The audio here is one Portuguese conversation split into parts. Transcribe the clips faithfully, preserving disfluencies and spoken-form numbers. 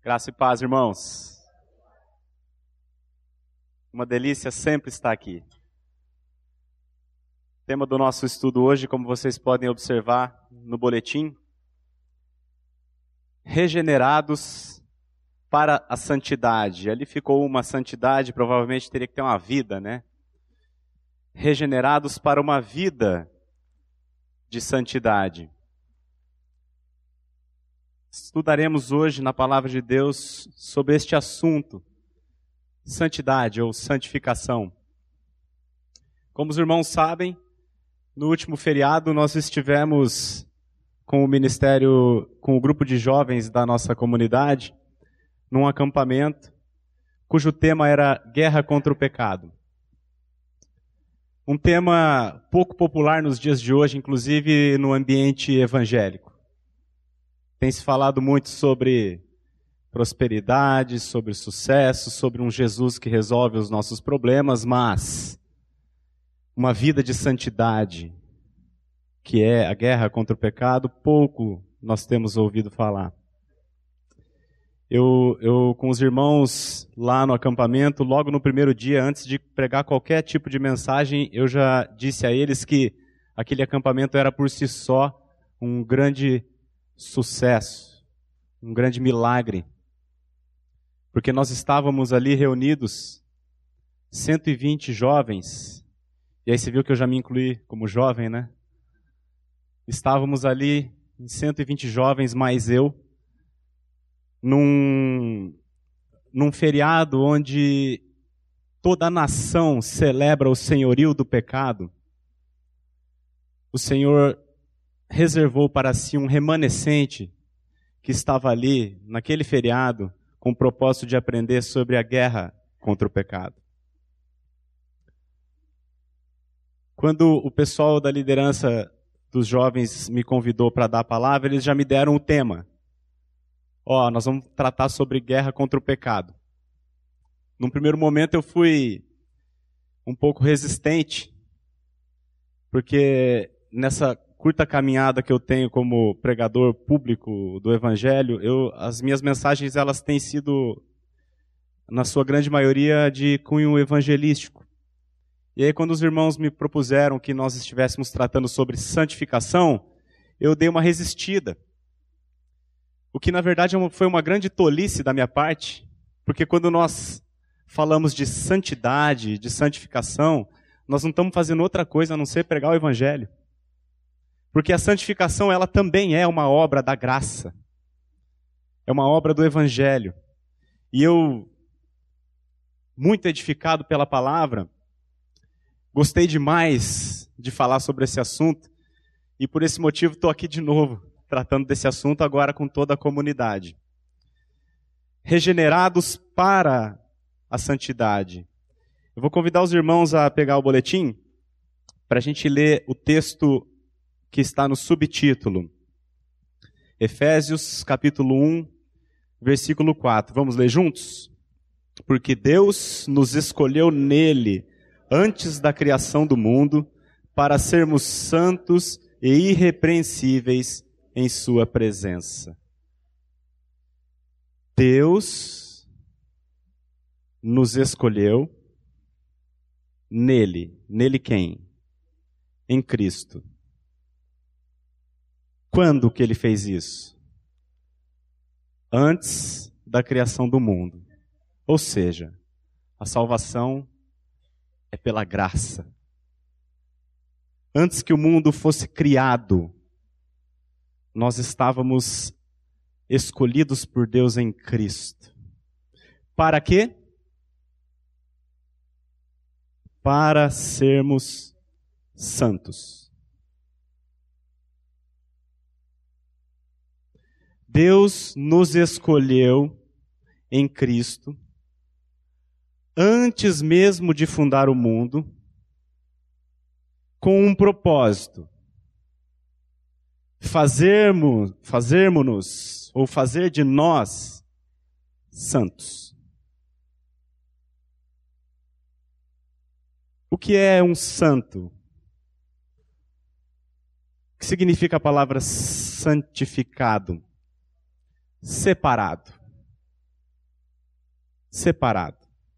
Graça e paz, irmãos. Uma delícia sempre estar aqui. O tema do nosso estudo hoje, como vocês podem observar no boletim, regenerados para a santidade. Ali ficou uma santidade, provavelmente teria que ter uma vida, né? Regenerados para uma vida de santidade. Estudaremos hoje na Palavra de Deus sobre este assunto, santidade ou santificação. Como os irmãos sabem, no último feriado nós estivemos com o ministério, com o grupo de jovens da nossa comunidade, num acampamento, cujo tema era Guerra contra o Pecado. Um tema pouco popular nos dias de hoje, inclusive no ambiente evangélico. Tem se falado muito sobre prosperidade, sobre sucesso, sobre um Jesus que resolve os nossos problemas, mas uma vida de santidade, que é a guerra contra o pecado, pouco nós temos ouvido falar. Eu, eu, com os irmãos lá no acampamento, logo no primeiro dia, antes de pregar qualquer tipo de mensagem, eu já disse a eles que aquele acampamento era por si só um grande sucesso, um grande milagre, porque nós estávamos ali reunidos, cento e vinte jovens, e aí você viu que eu já me incluí como jovem, né? Estávamos ali em cento e vinte jovens, mais eu, num, num feriado onde toda a nação celebra o senhorio do pecado. O Senhor reservou para si um remanescente que estava ali, naquele feriado, com o propósito de aprender sobre a guerra contra o pecado. Quando o pessoal da liderança dos jovens me convidou para dar a palavra, eles já me deram o tema. Ó, oh, nós vamos tratar sobre guerra contra o pecado. Num primeiro momento eu fui um pouco resistente, porque nessa curta caminhada que eu tenho como pregador público do Evangelho, eu, as minhas mensagens elas têm sido, na sua grande maioria, de cunho evangelístico. E aí quando os irmãos me propuseram que nós estivéssemos tratando sobre santificação, eu dei uma resistida. O que na verdade foi uma grande tolice da minha parte, porque quando nós falamos de santidade, de santificação, nós não estamos fazendo outra coisa a não ser pregar o Evangelho. Porque a santificação, ela também é uma obra da graça. É uma obra do Evangelho. E eu, muito edificado pela palavra, gostei demais de falar sobre esse assunto. E por esse motivo estou aqui de novo, tratando desse assunto agora com toda a comunidade. Regenerados para a santidade. Eu vou convidar os irmãos a pegar o boletim para a gente ler o texto que está no subtítulo. Efésios capítulo um, versículo quatro. Vamos ler juntos? Porque Deus nos escolheu nele, antes da criação do mundo, para sermos santos e irrepreensíveis em sua presença. Deus nos escolheu nele. Nele quem? Em Cristo. Quando que ele fez isso? Antes da criação do mundo. Ou seja, a salvação é pela graça. Antes que o mundo fosse criado, nós estávamos escolhidos por Deus em Cristo. Para quê? Para sermos santos. Deus nos escolheu em Cristo, antes mesmo de fundar o mundo, com um propósito. Fazermos, fazermos-nos, ou fazer de nós, santos. O que é um santo? O que significa a palavra santificado? Separado. separado.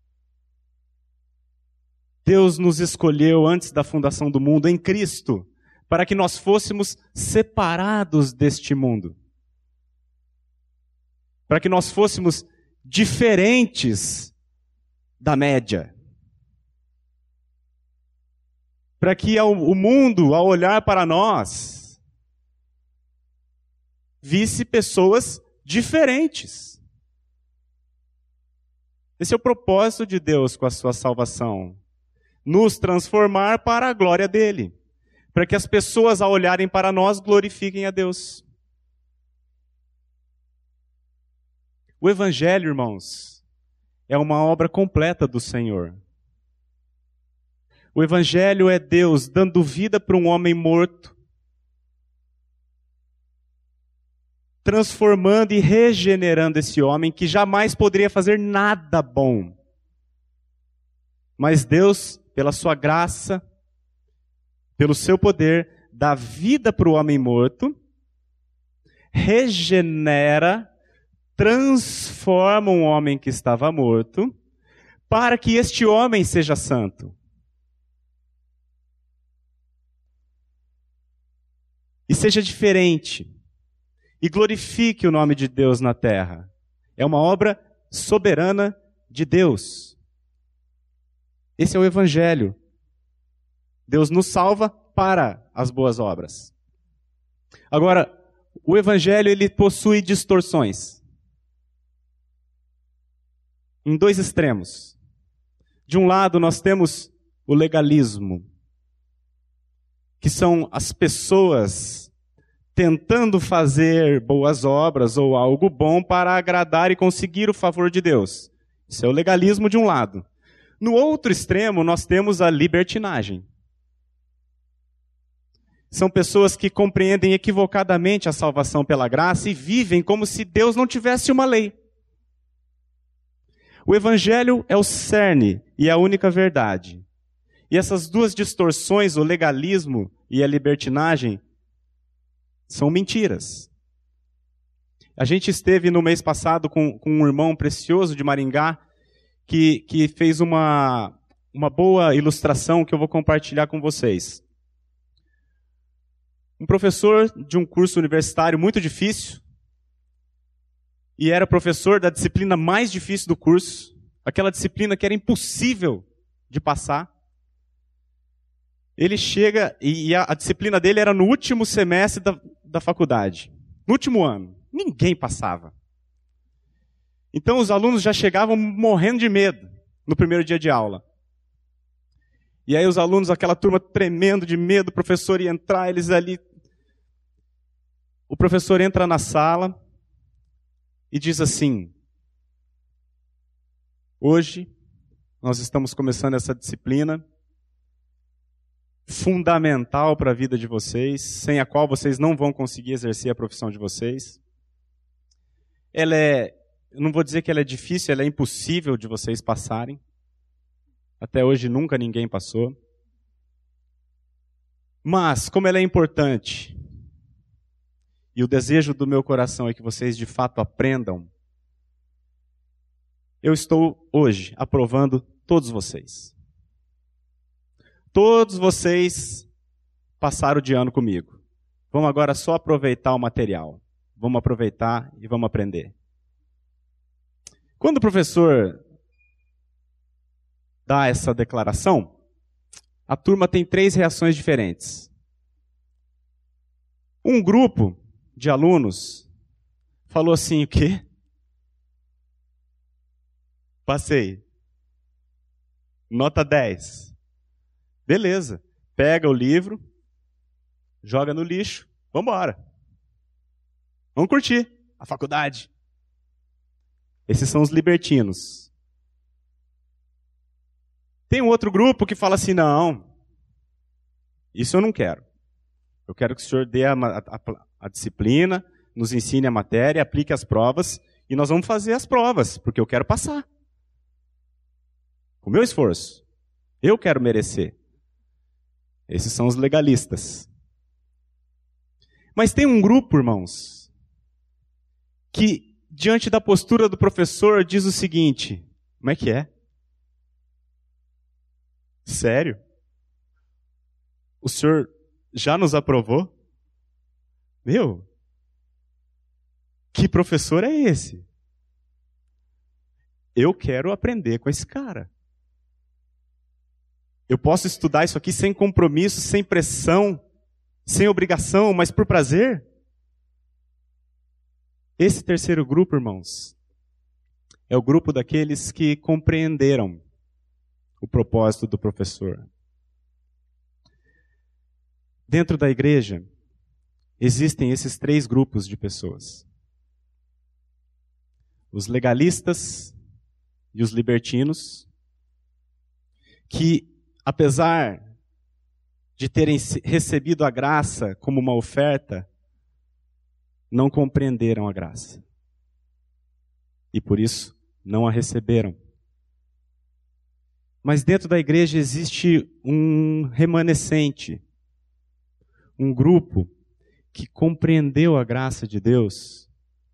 Deus nos escolheu antes da fundação do mundo em Cristo, para que nós fôssemos separados deste mundo. Para que nós fôssemos diferentes da média. Para que o mundo, ao olhar para nós, visse pessoas diferentes. Esse é o propósito de Deus com a sua salvação. Nos transformar para a glória dele. Para que as pessoas, ao olharem para nós, glorifiquem a Deus. O Evangelho, irmãos, é uma obra completa do Senhor. O Evangelho é Deus dando vida para um homem morto, transformando e regenerando esse homem que jamais poderia fazer nada bom. Mas Deus, pela sua graça, pelo seu poder, dá vida para o homem morto, regenera, transforma um homem que estava morto, para que este homem seja santo. E seja diferente. E glorifique o nome de Deus na terra. É uma obra soberana de Deus. Esse é o Evangelho. Deus nos salva para as boas obras. Agora, o Evangelho ele possui distorções. Em dois extremos. De um lado, nós temos o legalismo, que são as pessoas tentando fazer boas obras ou algo bom para agradar e conseguir o favor de Deus. Isso é o legalismo de um lado. No outro extremo, nós temos a libertinagem. São pessoas que compreendem equivocadamente a salvação pela graça e vivem como se Deus não tivesse uma lei. O Evangelho é o cerne e a única verdade. E essas duas distorções, o legalismo e a libertinagem, são mentiras. A gente esteve no mês passado com, com um irmão precioso de Maringá que, que fez uma, uma boa ilustração que eu vou compartilhar com vocês. Um professor de um curso universitário muito difícil, e era professor da disciplina mais difícil do curso, aquela disciplina que era impossível de passar. Ele chega, e a, a disciplina dele era no último semestre da, da faculdade, no último ano. Ninguém passava. Então os alunos já chegavam morrendo de medo no primeiro dia de aula. E aí os alunos, aquela turma tremendo de medo, o professor ia entrar, eles ali... O professor entra na sala e diz assim: hoje nós estamos começando essa disciplina fundamental para a vida de vocês, sem a qual vocês não vão conseguir exercer a profissão de vocês. Ela é, eu não vou dizer que ela é difícil, ela é impossível de vocês passarem. Até hoje nunca ninguém passou. Mas, como ela é importante, e o desejo do meu coração é que vocês de fato aprendam, eu estou hoje aprovando todos vocês. Todos vocês passaram de ano comigo. Vamos agora só aproveitar o material. Vamos aproveitar e vamos aprender. Quando o professor dá essa declaração, a turma tem três reações diferentes. Um grupo de alunos falou assim: o quê? Passei. Nota dez. Beleza. Pega o livro, joga no lixo, vamos embora. Vamos curtir a faculdade. Esses são os libertinos. Tem um outro grupo que fala assim: não, isso eu não quero. Eu quero que o senhor dê a, a, a disciplina, nos ensine a matéria, aplique as provas, e nós vamos fazer as provas, porque eu quero passar. Com o meu esforço. Eu quero merecer. Esses são os legalistas. Mas tem um grupo, irmãos, que diante da postura do professor diz o seguinte: Como é que é? Sério? O Senhor já nos aprovou? Meu, que professor é esse? Eu quero aprender com esse cara. Eu posso estudar isso aqui sem compromisso, sem pressão, sem obrigação, mas por prazer? Esse terceiro grupo, irmãos, é o grupo daqueles que compreenderam o propósito do professor. Dentro da igreja, existem esses três grupos de pessoas. Os legalistas e os libertinos, que, apesar de terem recebido a graça como uma oferta, não compreenderam a graça. E por isso, não a receberam. Mas dentro da igreja existe um remanescente, um grupo que compreendeu a graça de Deus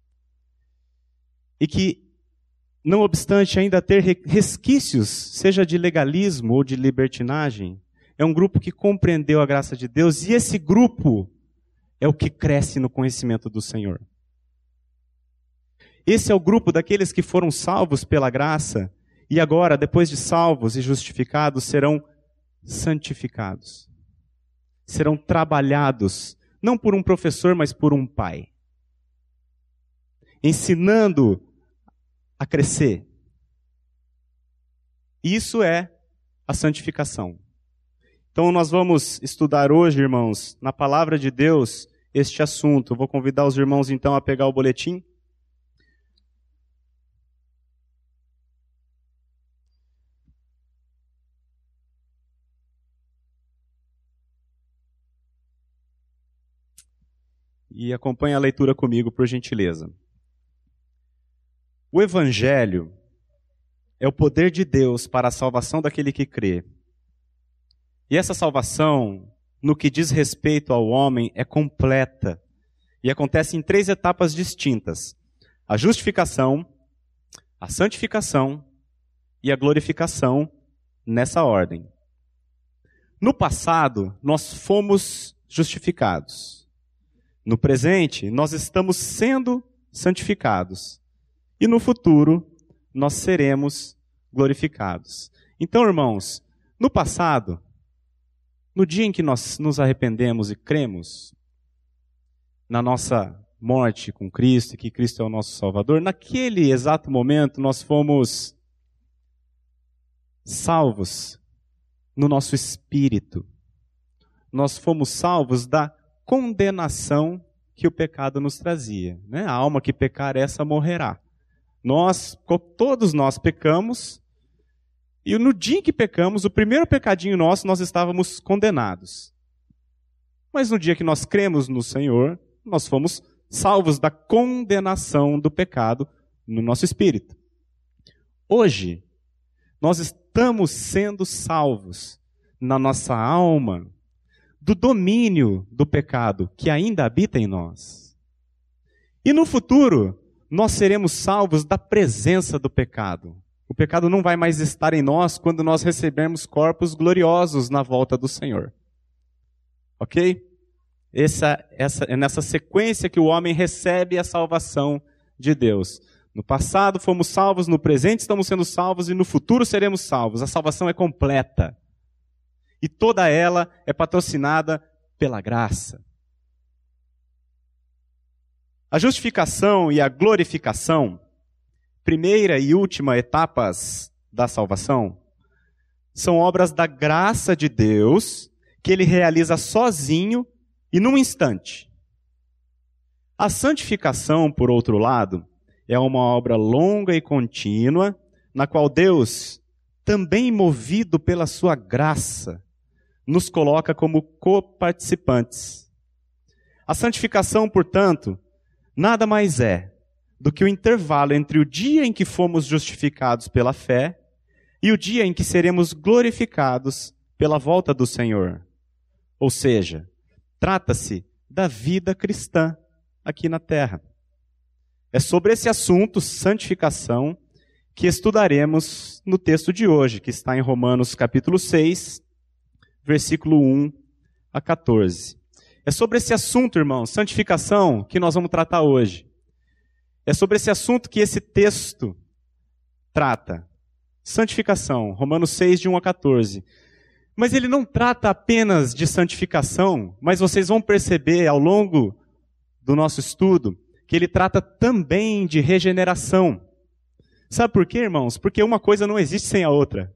e que, não obstante ainda ter resquícios, seja de legalismo ou de libertinagem, é um grupo que compreendeu a graça de Deus, e esse grupo é o que cresce no conhecimento do Senhor. Esse é o grupo daqueles que foram salvos pela graça e agora, depois de salvos e justificados, serão santificados. Serão trabalhados, não por um professor, mas por um pai. Ensinando a crescer. Isso é a santificação. Então nós vamos estudar hoje, irmãos, na palavra de Deus, este assunto. Eu vou convidar os irmãos então a pegar o boletim. E acompanhe a leitura comigo, por gentileza. O Evangelho é o poder de Deus para a salvação daquele que crê. E essa salvação, no que diz respeito ao homem, é completa. E acontece em três etapas distintas: a justificação, a santificação e a glorificação, nessa ordem. No passado, nós fomos justificados. No presente, nós estamos sendo santificados. E no futuro, nós seremos glorificados. Então, irmãos, no passado, no dia em que nós nos arrependemos e cremos na nossa morte com Cristo, e que Cristo é o nosso Salvador, naquele exato momento nós fomos salvos no nosso espírito. Nós fomos salvos da condenação que o pecado nos trazia. Né? A alma que pecar, essa morrerá. Nós, todos nós pecamos, e no dia em que pecamos, o primeiro pecadinho nosso, nós estávamos condenados. Mas no dia que nós cremos no Senhor, nós fomos salvos da condenação do pecado no nosso espírito. Hoje, nós estamos sendo salvos na nossa alma do domínio do pecado que ainda habita em nós. E no futuro, nós seremos salvos da presença do pecado. O pecado não vai mais estar em nós quando nós recebermos corpos gloriosos na volta do Senhor. Ok? Essa, essa, é nessa sequência que o homem recebe a salvação de Deus. No passado fomos salvos, no presente estamos sendo salvos e no futuro seremos salvos. A salvação é completa. E toda ela é patrocinada pela graça. A justificação e a glorificação, primeira e última etapas da salvação, são obras da graça de Deus que Ele realiza sozinho e num instante. A santificação, por outro lado, é uma obra longa e contínua, na qual Deus, também movido pela sua graça, nos coloca como coparticipantes. A santificação, portanto, nada mais é do que o intervalo entre o dia em que fomos justificados pela fé e o dia em que seremos glorificados pela volta do Senhor. Ou seja, trata-se da vida cristã aqui na terra. É sobre esse assunto, santificação, que estudaremos no texto de hoje, que está em Romanos capítulo seis, versículo um a quatorze. É sobre esse assunto, irmãos, santificação, que nós vamos tratar hoje. É sobre esse assunto que esse texto trata. Santificação, Romanos seis, de um a quatorze. Mas ele não trata apenas de santificação, mas vocês vão perceber ao longo do nosso estudo que ele trata também de regeneração. Sabe por quê, irmãos? Porque uma coisa não existe sem a outra.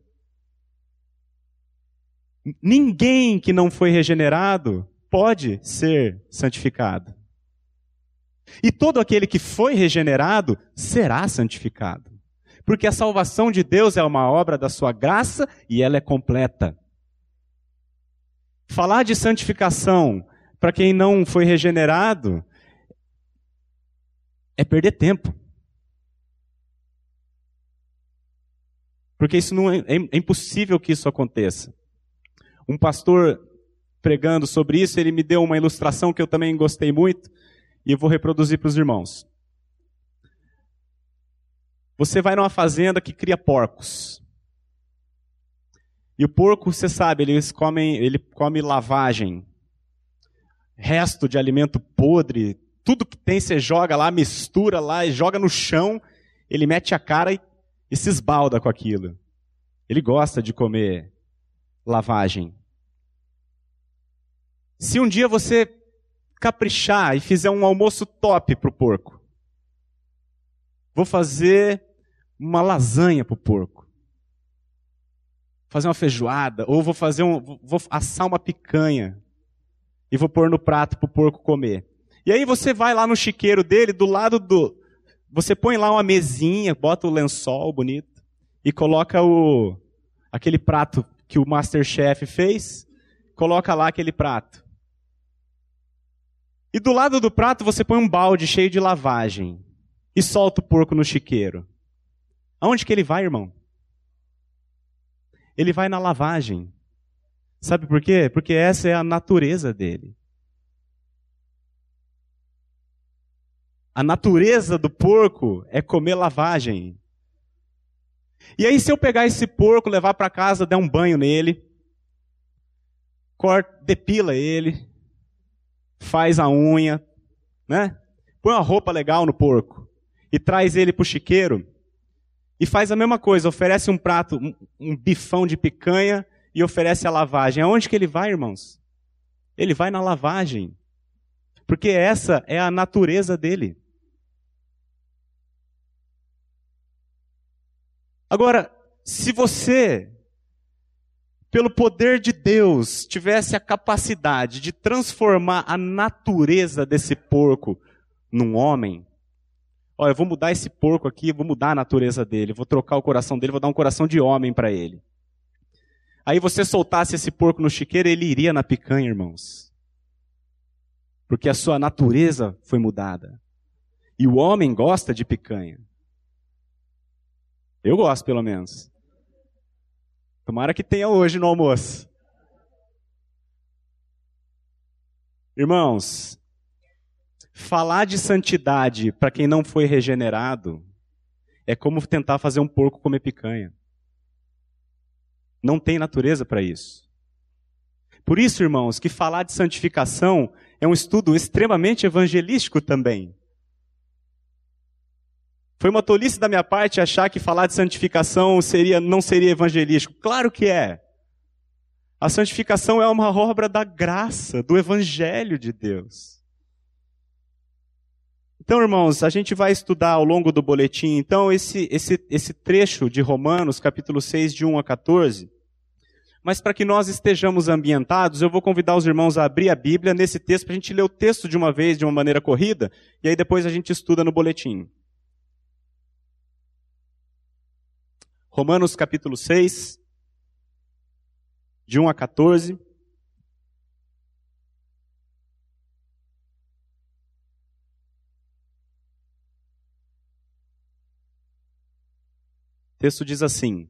Ninguém que não foi regenerado pode ser santificado. E todo aquele que foi regenerado será santificado. Porque a salvação de Deus é uma obra da sua graça e ela é completa. Falar de santificação para quem não foi regenerado é perder tempo. Porque isso não é, é impossível que isso aconteça. Um pastor pregando sobre isso, ele me deu uma ilustração que eu também gostei muito e eu vou reproduzir para os irmãos. Você vai numa fazenda que cria porcos. E o porco, você sabe, eles comem, ele come lavagem. Resto de alimento podre, tudo que tem você joga lá, mistura lá e joga no chão, ele mete a cara e, e se esbalda com aquilo. Ele gosta de comer lavagem. Se um dia você caprichar e fizer um almoço top para o porco, vou fazer uma lasanha para o porco, fazer uma feijoada, ou vou fazer um, vou assar uma picanha e vou pôr no prato para o porco comer. E aí você vai lá no chiqueiro dele, do lado do, você põe lá uma mesinha, bota o lençol bonito e coloca o aquele prato que o MasterChef fez, coloca lá aquele prato. E do lado do prato você põe um balde cheio de lavagem e solta o porco no chiqueiro. Aonde que ele vai, irmão? Ele vai na lavagem. Sabe por quê? Porque essa é a natureza dele. A natureza do porco é comer lavagem. E aí se eu pegar esse porco, levar para casa, der um banho nele, corta, depila ele, faz a unha, né? Põe uma roupa legal no porco e traz ele para o chiqueiro e faz a mesma coisa, oferece um prato, um, um bifão de picanha e oferece a lavagem. Aonde que ele vai, irmãos? Ele vai na lavagem, porque essa é a natureza dele. Agora, se você, pelo poder de Deus, tivesse a capacidade de transformar a natureza desse porco num homem, olha, eu vou mudar esse porco aqui, vou mudar a natureza dele, vou trocar o coração dele, vou dar um coração de homem para ele. Aí você soltasse esse porco no chiqueiro, ele iria na picanha, irmãos. Porque a sua natureza foi mudada. E o homem gosta de picanha. Eu gosto, pelo menos. Tomara que tenha hoje no almoço. Irmãos, falar de santidade para quem não foi regenerado é como tentar fazer um porco comer picanha. Não tem natureza para isso. Por isso, irmãos, que falar de santificação é um estudo extremamente evangelístico também. Foi uma tolice da minha parte achar que falar de santificação seria, não seria evangelístico. Claro que é. A santificação é uma obra da graça, do evangelho de Deus. Então, irmãos, a gente vai estudar ao longo do boletim, então, esse, esse, esse trecho de Romanos, capítulo seis, de um a quatorze. Mas para que nós estejamos ambientados, eu vou convidar os irmãos a abrir a Bíblia nesse texto, para a gente ler o texto de uma vez, de uma maneira corrida, e aí depois a gente estuda no boletim. Romanos capítulo seis, de um a quatorze. O texto diz assim: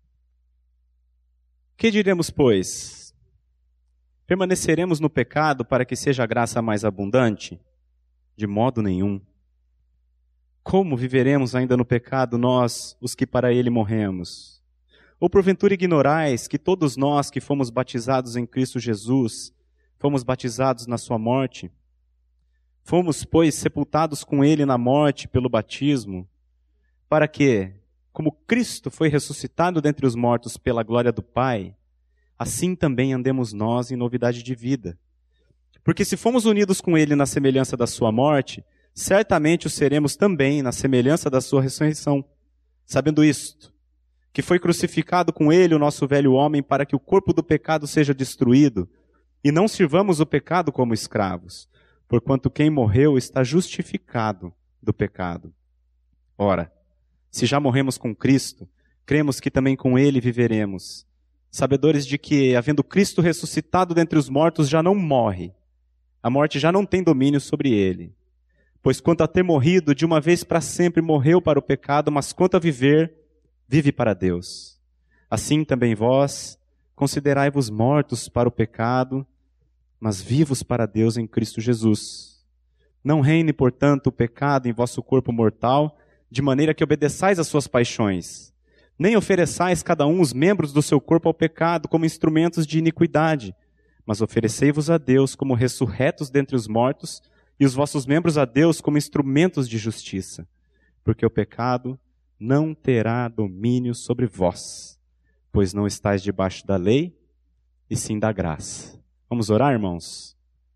que diremos, pois? Permaneceremos no pecado para que seja a graça mais abundante? De modo nenhum. Como viveremos ainda no pecado nós, os que para ele morremos? Ou porventura ignorais que todos nós que fomos batizados em Cristo Jesus, fomos batizados na sua morte? Fomos, pois, sepultados com ele na morte pelo batismo, para que, como Cristo foi ressuscitado dentre os mortos pela glória do Pai, assim também andemos nós em novidade de vida. Porque se fomos unidos com ele na semelhança da sua morte, certamente o seremos também na semelhança da sua ressurreição. Sabendo isto, que foi crucificado com ele o nosso velho homem para que o corpo do pecado seja destruído, e não sirvamos o pecado como escravos, porquanto quem morreu está justificado do pecado. Ora, se já morremos com Cristo, cremos que também com ele viveremos, sabedores de que, havendo Cristo ressuscitado dentre os mortos, já não morre. A morte já não tem domínio sobre ele. Pois quanto a ter morrido, de uma vez para sempre morreu para o pecado, mas quanto a viver, vive para Deus. Assim também vós, considerai-vos mortos para o pecado, mas vivos para Deus em Cristo Jesus. Não reine, portanto, o pecado em vosso corpo mortal, de maneira que obedeçais às suas paixões. Nem ofereçais cada um os membros do seu corpo ao pecado como instrumentos de iniquidade, mas oferecei-vos a Deus como ressurretos dentre os mortos, e os vossos membros a Deus como instrumentos de justiça. Porque o pecado não terá domínio sobre vós, pois não estáis debaixo da lei, e sim da graça. Vamos orar, irmãos?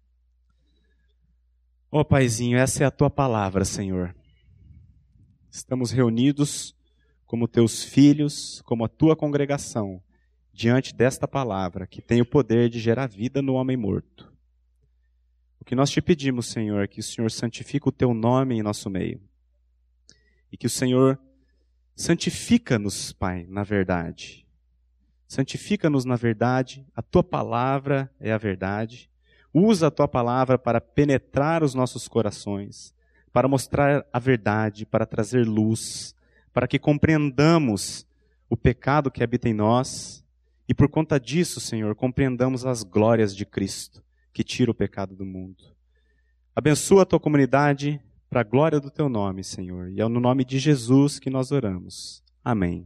Ó oh, Paizinho, essa é a tua palavra, Senhor. Estamos reunidos como teus filhos, como a tua congregação, diante desta palavra, que tem o poder de gerar vida no homem morto. O que nós te pedimos, Senhor, é que o Senhor santifique o teu nome em nosso meio. E que o Senhor santifica-nos, Pai, na verdade. Santifica-nos na verdade, a tua palavra é a verdade. Usa a tua palavra para penetrar os nossos corações, para mostrar a verdade, para trazer luz, para que compreendamos o pecado que habita em nós e por conta disso, Senhor, compreendamos as glórias de Cristo, que tira o pecado do mundo. Abençoa a tua comunidade para a glória do teu nome, Senhor. E é no nome de Jesus que nós oramos. Amém.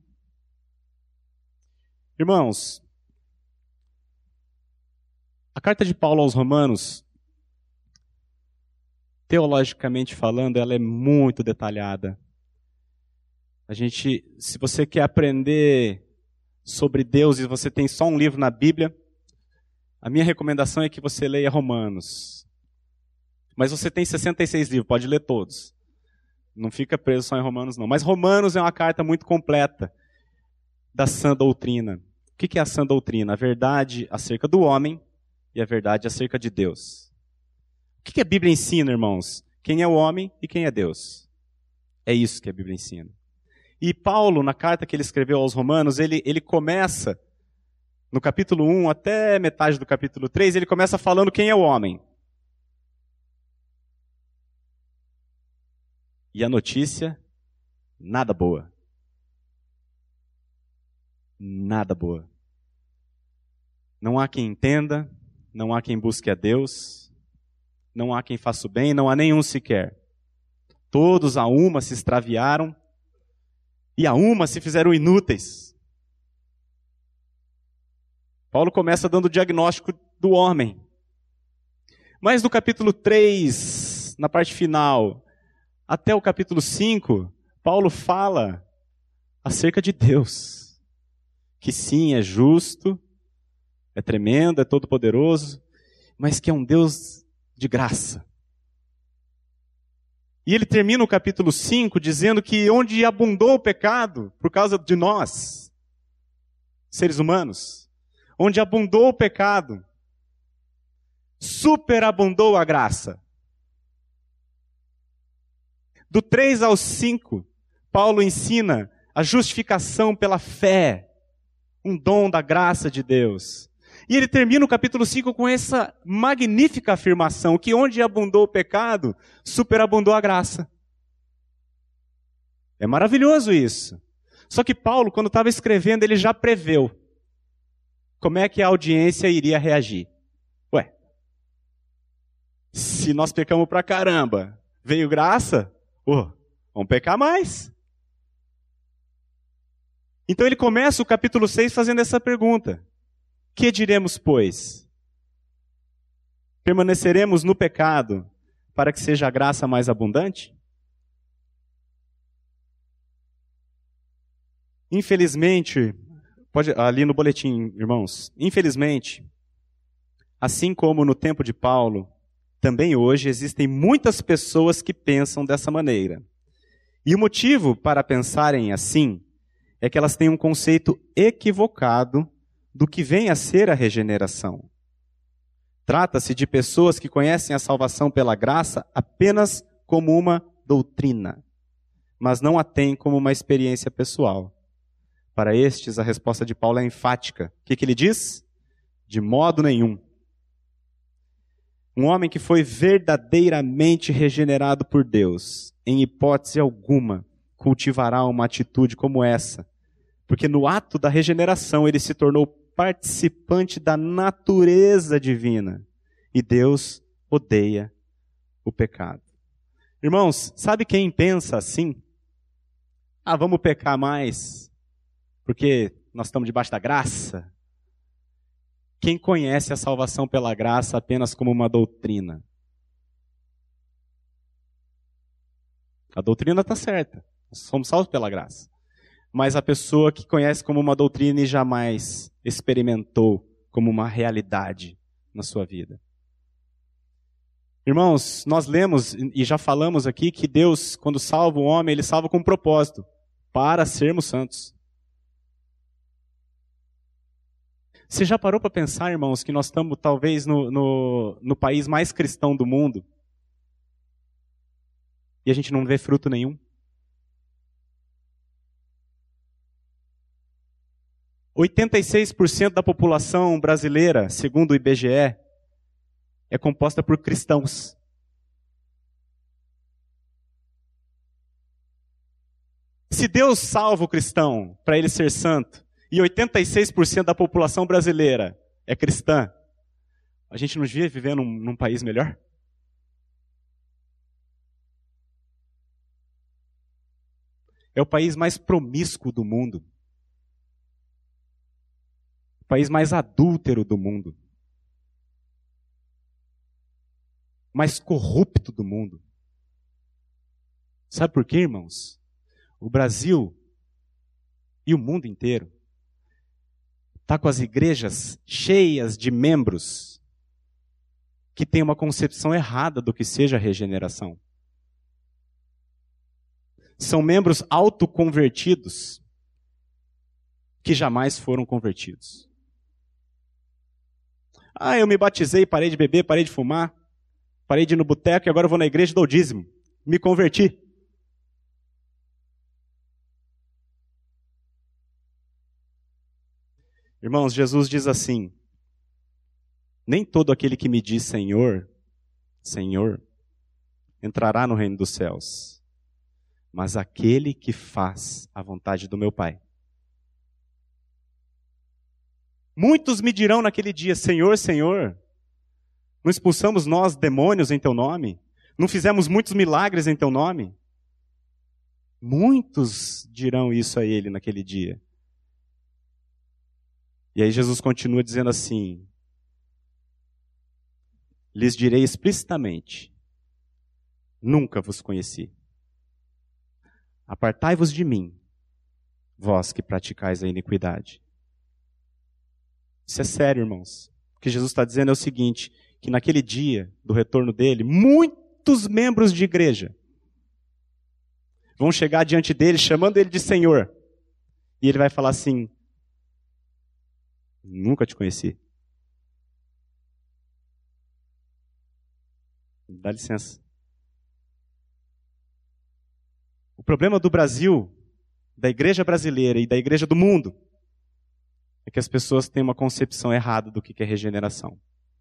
Irmãos, a carta de Paulo aos Romanos, teologicamente falando, ela é muito detalhada. A gente, se você quer aprender sobre Deus e você tem só um livro na Bíblia, a minha recomendação é que você leia Romanos. Mas você tem sessenta e seis livros, pode ler todos. Não fica preso só em Romanos, não. Mas Romanos é uma carta muito completa da sã doutrina. O que é a sã doutrina? A verdade acerca do homem e a verdade acerca de Deus. O que a Bíblia ensina, irmãos? Quem é o homem e quem é Deus? É isso que a Bíblia ensina. E Paulo, na carta que ele escreveu aos Romanos, ele, ele começa, no capítulo um até metade do capítulo três, ele começa falando quem é o homem. E a notícia, nada boa. Nada boa. Não há quem entenda, não há quem busque a Deus, não há quem faça o bem, não há nenhum sequer. Todos a uma se extraviaram e a uma se fizeram inúteis. Paulo começa dando o diagnóstico do homem. Mas no capítulo três, na parte final, até o capítulo cinco, Paulo fala acerca de Deus. Que sim, é justo, é tremendo, é todo-poderoso, mas que é um Deus de graça. E ele termina o capítulo cinco dizendo que onde abundou o pecado, por causa de nós, seres humanos, onde abundou o pecado, superabundou a graça. Do três ao cinco, Paulo ensina a justificação pela fé, um dom da graça de Deus. E ele termina o capítulo cinco com essa magnífica afirmação, que onde abundou o pecado, superabundou a graça. É maravilhoso isso. Só que Paulo, quando estava escrevendo, ele já preveu como é que a audiência iria reagir. Ué, se nós pecamos pra caramba, veio graça? Oh, Vamos pecar mais. Então ele começa o capítulo seis fazendo essa pergunta. Que diremos, pois? Permaneceremos no pecado para que seja a graça mais abundante? Infelizmente, pode, ali no boletim, irmãos, infelizmente, assim como no tempo de Paulo, também hoje existem muitas pessoas que pensam dessa maneira. E o motivo para pensarem assim é que elas têm um conceito equivocado do que vem a ser a regeneração. Trata-se de pessoas que conhecem a salvação pela graça apenas como uma doutrina, mas não a têm como uma experiência pessoal. Para estes, a resposta de Paulo é enfática. O que, que ele diz? De modo nenhum. Um homem que foi verdadeiramente regenerado por Deus, em hipótese alguma, cultivará uma atitude como essa, porque no ato da regeneração ele se tornou participante da natureza divina, e Deus odeia o pecado. Irmãos, sabe quem pensa assim? Ah, vamos pecar mais, porque nós estamos debaixo da graça? Quem conhece a salvação pela graça apenas como uma doutrina? A doutrina está certa, nós somos salvos pela graça. Mas a pessoa que conhece como uma doutrina e jamais experimentou como uma realidade na sua vida. Irmãos, nós lemos e já falamos aqui que Deus, quando salva o homem, Ele salva com um propósito, para sermos santos. Você já parou para pensar, irmãos, que nós estamos talvez no, no, no país mais cristão do mundo e a gente não vê fruto nenhum? oitenta e seis por cento da população brasileira, segundo o I B G E, é composta por cristãos. Se Deus salva o cristão para ele ser santo, e oitenta e seis por cento da população brasileira é cristã, a gente não devia viver num, num país melhor? É o país mais promíscuo do mundo. O país mais adúltero do mundo. Mais corrupto do mundo. Sabe por quê, irmãos? O Brasil e o mundo inteiro está com as igrejas cheias de membros que têm uma concepção errada do que seja regeneração. São membros autoconvertidos que jamais foram convertidos. Ah, eu me batizei, parei de beber, parei de fumar, parei de ir no boteco e agora eu vou na igreja e dou dízimo. Me converti. Irmãos, Jesus diz assim: nem todo aquele que me diz Senhor, Senhor, entrará no reino dos céus, mas aquele que faz a vontade do meu Pai. Muitos me dirão naquele dia: Senhor, Senhor, não expulsamos nós demônios em teu nome? Não fizemos muitos milagres em teu nome? Muitos dirão isso a ele naquele dia. E aí Jesus continua dizendo assim: lhes direi explicitamente, nunca vos conheci. Apartai-vos de mim, vós que praticais a iniquidade. Isso é sério, irmãos. O que Jesus está dizendo é o seguinte, que naquele dia do retorno dele, muitos membros de igreja vão chegar diante dele, chamando ele de Senhor. E ele vai falar assim: nunca te conheci. Dá licença. O problema do Brasil, da igreja brasileira e da igreja do mundo, é que as pessoas têm uma concepção errada do que é regeneração.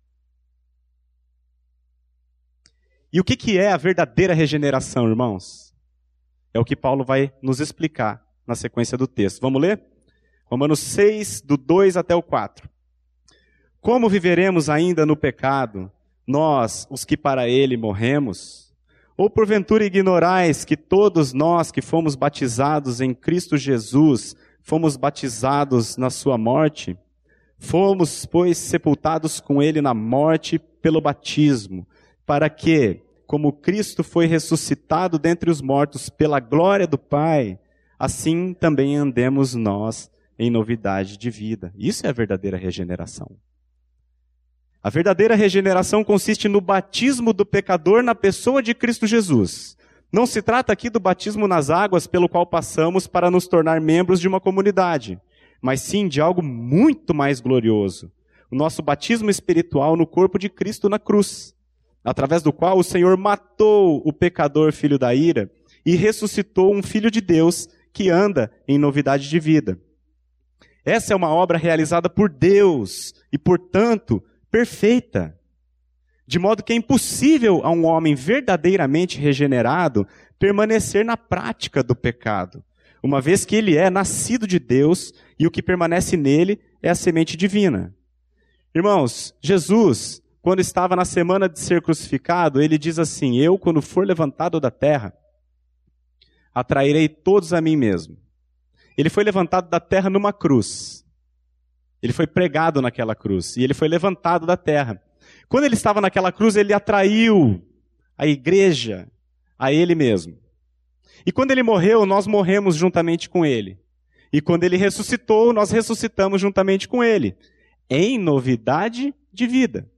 E o que é a verdadeira regeneração, irmãos? É o que Paulo vai nos explicar na sequência do texto. Vamos ler? Romanos seis, do dois até o quatro. Como viveremos ainda no pecado, nós, os que para ele morremos? Ou porventura ignorais que todos nós que fomos batizados em Cristo Jesus, fomos batizados na sua morte? Fomos, pois, sepultados com ele na morte pelo batismo, para que, como Cristo foi ressuscitado dentre os mortos pela glória do Pai, assim também andemos nós em novidade de vida. Isso é a verdadeira regeneração. A verdadeira regeneração consiste no batismo do pecador na pessoa de Cristo Jesus. Não se trata aqui do batismo nas águas pelo qual passamos para nos tornar membros de uma comunidade, mas sim de algo muito mais glorioso. O nosso batismo espiritual no corpo de Cristo na cruz, através do qual o Senhor matou o pecador filho da ira e ressuscitou um filho de Deus que anda em novidade de vida. Essa é uma obra realizada por Deus e, portanto, perfeita. De modo que é impossível a um homem verdadeiramente regenerado permanecer na prática do pecado, uma vez que ele é nascido de Deus e o que permanece nele é a semente divina. Irmãos, Jesus, quando estava na semana de ser crucificado, ele diz assim: eu, quando for levantado da terra, atrairei todos a mim mesmo. Ele foi levantado da terra numa cruz. Ele foi pregado naquela cruz e ele foi levantado da terra. Quando ele estava naquela cruz, ele atraiu a igreja a ele mesmo. E quando ele morreu, nós morremos juntamente com ele. E quando ele ressuscitou, nós ressuscitamos juntamente com ele, em novidade de vida.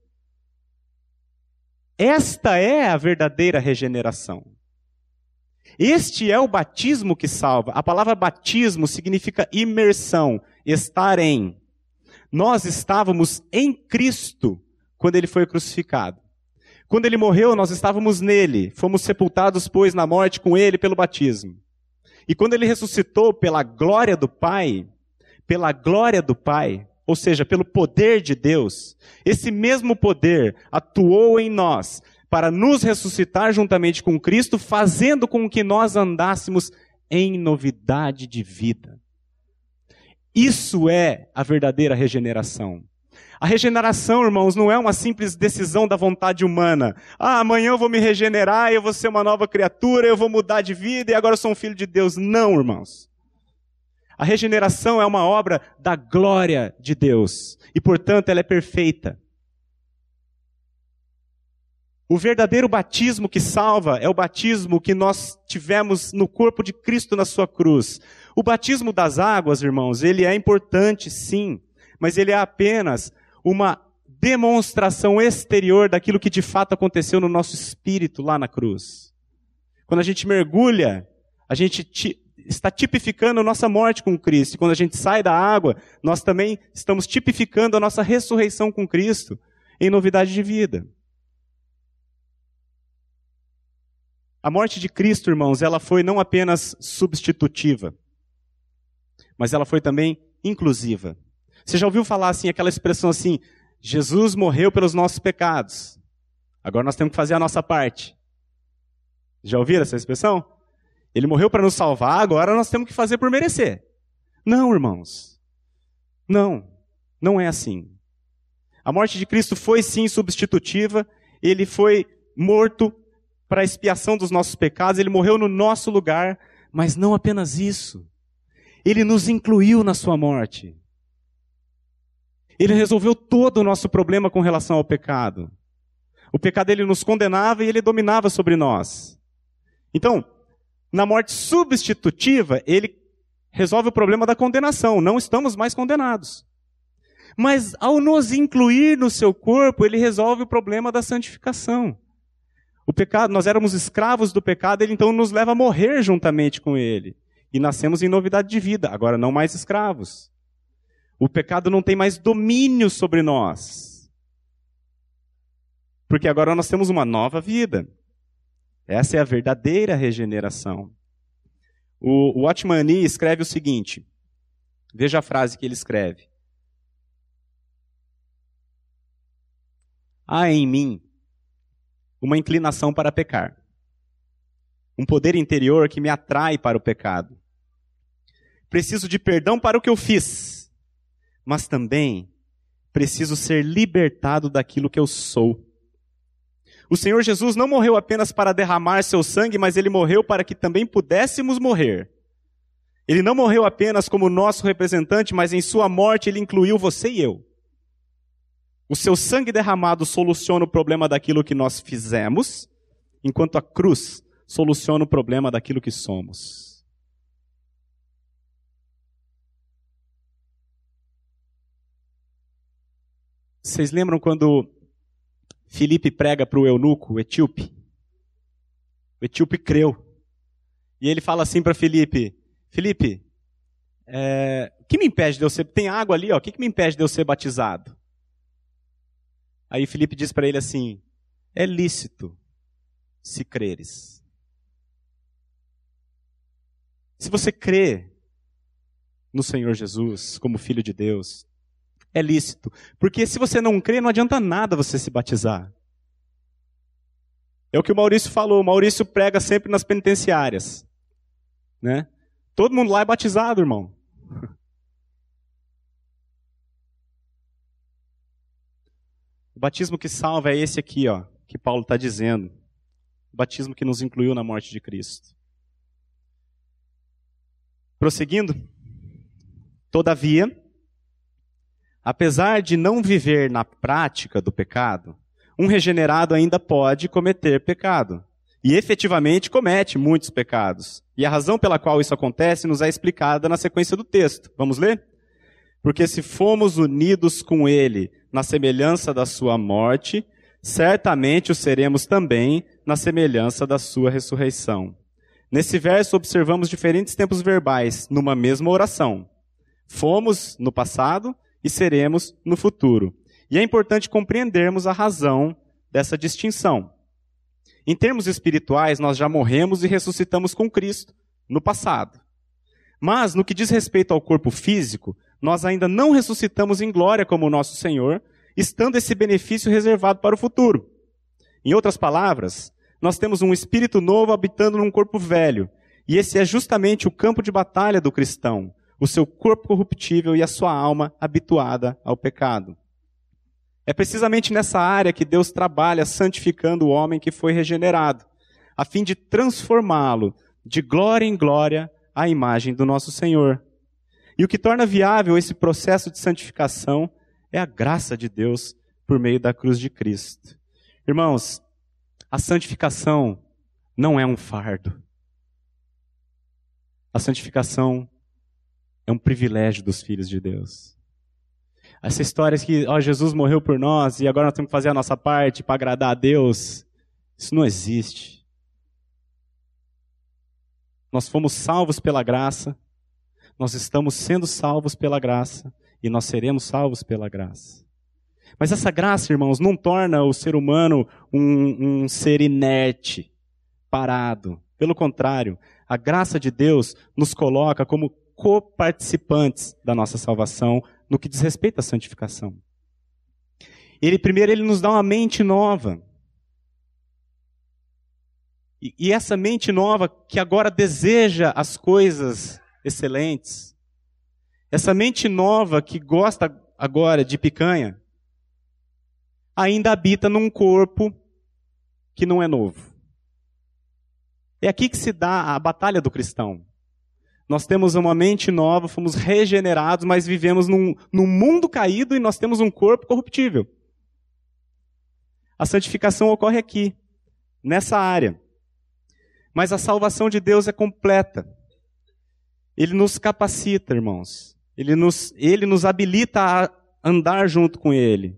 Esta é a verdadeira regeneração. Este é o batismo que salva. A palavra batismo significa imersão, estar em. Nós estávamos em Cristo quando ele foi crucificado. Quando ele morreu, nós estávamos nele. Fomos sepultados, pois, na morte com ele pelo batismo. E quando ele ressuscitou pela glória do Pai, pela glória do Pai, ou seja, pelo poder de Deus, esse mesmo poder atuou em nós para nos ressuscitar juntamente com Cristo, fazendo com que nós andássemos em novidade de vida. Isso é a verdadeira regeneração. A regeneração, irmãos, não é uma simples decisão da vontade humana. Ah, amanhã eu vou me regenerar, eu vou ser uma nova criatura, eu vou mudar de vida e agora eu sou um filho de Deus. Não, irmãos. A regeneração é uma obra da glória de Deus e, portanto, ela é perfeita. O verdadeiro batismo que salva é o batismo que nós tivemos no corpo de Cristo na sua cruz. O batismo das águas, irmãos, ele é importante, sim, mas ele é apenas uma demonstração exterior daquilo que de fato aconteceu no nosso espírito lá na cruz. Quando a gente mergulha, a gente ti, está tipificando a nossa morte com Cristo. E quando a gente sai da água, nós também estamos tipificando a nossa ressurreição com Cristo em novidade de vida. A morte de Cristo, irmãos, ela foi não apenas substitutiva, mas ela foi também inclusiva. Você já ouviu falar assim, aquela expressão assim, Jesus morreu pelos nossos pecados, agora nós temos que fazer a nossa parte. Já ouviram essa expressão? Ele morreu para nos salvar, agora nós temos que fazer por merecer. Não, irmãos. Não, não é assim. A morte de Cristo foi sim substitutiva, ele foi morto para a expiação dos nossos pecados, ele morreu no nosso lugar, mas não apenas isso. Ele nos incluiu na sua morte. Ele resolveu todo o nosso problema com relação ao pecado. O pecado ele nos condenava e ele dominava sobre nós. Então, na morte substitutiva, ele resolve o problema da condenação. Não estamos mais condenados. Mas ao nos incluir no seu corpo, ele resolve o problema da santificação. O pecado, nós éramos escravos do pecado, ele então nos leva a morrer juntamente com ele. E nascemos em novidade de vida, agora não mais escravos. O pecado não tem mais domínio sobre nós. Porque agora nós temos uma nova vida. Essa é a verdadeira regeneração. O Watchman Nee escreve o seguinte. Veja a frase que ele escreve. Há em mim uma inclinação para pecar. Um poder interior que me atrai para o pecado. Preciso de perdão para o que eu fiz, mas também preciso ser libertado daquilo que eu sou. O Senhor Jesus não morreu apenas para derramar seu sangue, mas ele morreu para que também pudéssemos morrer. Ele não morreu apenas como nosso representante, mas em sua morte ele incluiu você e eu. O seu sangue derramado soluciona o problema daquilo que nós fizemos, enquanto a cruz soluciona o problema daquilo que somos. Vocês lembram quando Filipe prega para o eunuco, o etíope? O etíope creu. E ele fala assim para Filipe, Filipe, é, o que me impede de eu ser... Tem água ali, ó, o que, que me impede de eu ser batizado? Aí Filipe diz para ele assim, é lícito se creres. Se você crê no Senhor Jesus como Filho de Deus, é lícito. Porque se você não crê, não adianta nada você se batizar. É o que o Maurício falou. O Maurício prega sempre nas penitenciárias. Né? Todo mundo lá é batizado, irmão. O batismo que salva é esse aqui, ó, que Paulo está dizendo. O batismo que nos incluiu na morte de Cristo. Prosseguindo. Todavia, apesar de não viver na prática do pecado, um regenerado ainda pode cometer pecado. E efetivamente comete muitos pecados. E a razão pela qual isso acontece nos é explicada na sequência do texto. Vamos ler? Porque se fomos unidos com ele na semelhança da sua morte, certamente o seremos também na semelhança da sua ressurreição. Nesse verso observamos diferentes tempos verbais numa mesma oração. Fomos no passado e seremos no futuro. E é importante compreendermos a razão dessa distinção. Em termos espirituais, nós já morremos e ressuscitamos com Cristo no passado. Mas, no que diz respeito ao corpo físico, nós ainda não ressuscitamos em glória como o nosso Senhor, estando esse benefício reservado para o futuro. Em outras palavras, nós temos um espírito novo habitando num corpo velho, e esse é justamente o campo de batalha do cristão, o seu corpo corruptível e a sua alma habituada ao pecado. É precisamente nessa área que Deus trabalha santificando o homem que foi regenerado, a fim de transformá-lo de glória em glória à imagem do nosso Senhor. E o que torna viável esse processo de santificação é a graça de Deus por meio da cruz de Cristo. Irmãos, a santificação não é um fardo. A santificação é um privilégio dos filhos de Deus. Essa história que ó, Jesus morreu por nós e agora nós temos que fazer a nossa parte para agradar a Deus, isso não existe. Nós fomos salvos pela graça, nós estamos sendo salvos pela graça e nós seremos salvos pela graça. Mas essa graça, irmãos, não torna o ser humano um, um ser inerte, parado. Pelo contrário, a graça de Deus nos coloca como coparticipantes da nossa salvação no que diz respeito à santificação. Ele, primeiro, ele nos dá uma mente nova. E, e essa mente nova que agora deseja as coisas excelentes, essa mente nova que gosta agora de picanha, ainda habita num corpo que não é novo. É aqui que se dá a batalha do cristão. Nós temos uma mente nova, fomos regenerados, mas vivemos num, num mundo caído e nós temos um corpo corruptível. A santificação ocorre aqui, nessa área. Mas a salvação de Deus é completa. Ele nos capacita, irmãos. Ele nos, ele nos habilita a andar junto com Ele.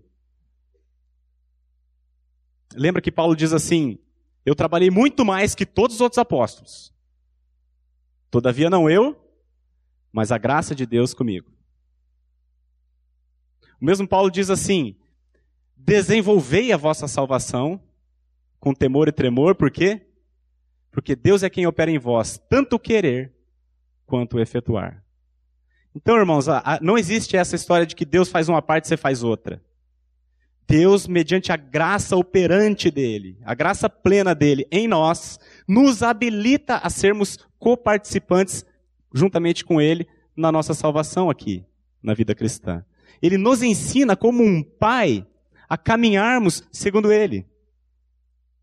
Lembra que Paulo diz assim, eu trabalhei muito mais que todos os outros apóstolos. Todavia não eu, mas a graça de Deus comigo. O mesmo Paulo diz assim, desenvolvei a vossa salvação com temor e tremor, por quê? Porque Deus é quem opera em vós, tanto o querer quanto o efetuar. Então, irmãos, não existe essa história de que Deus faz uma parte e você faz outra. Deus, mediante a graça operante dele, a graça plena dele em nós, nos habilita a sermos coparticipantes juntamente com ele na nossa salvação aqui, na vida cristã. Ele nos ensina como um pai a caminharmos segundo ele.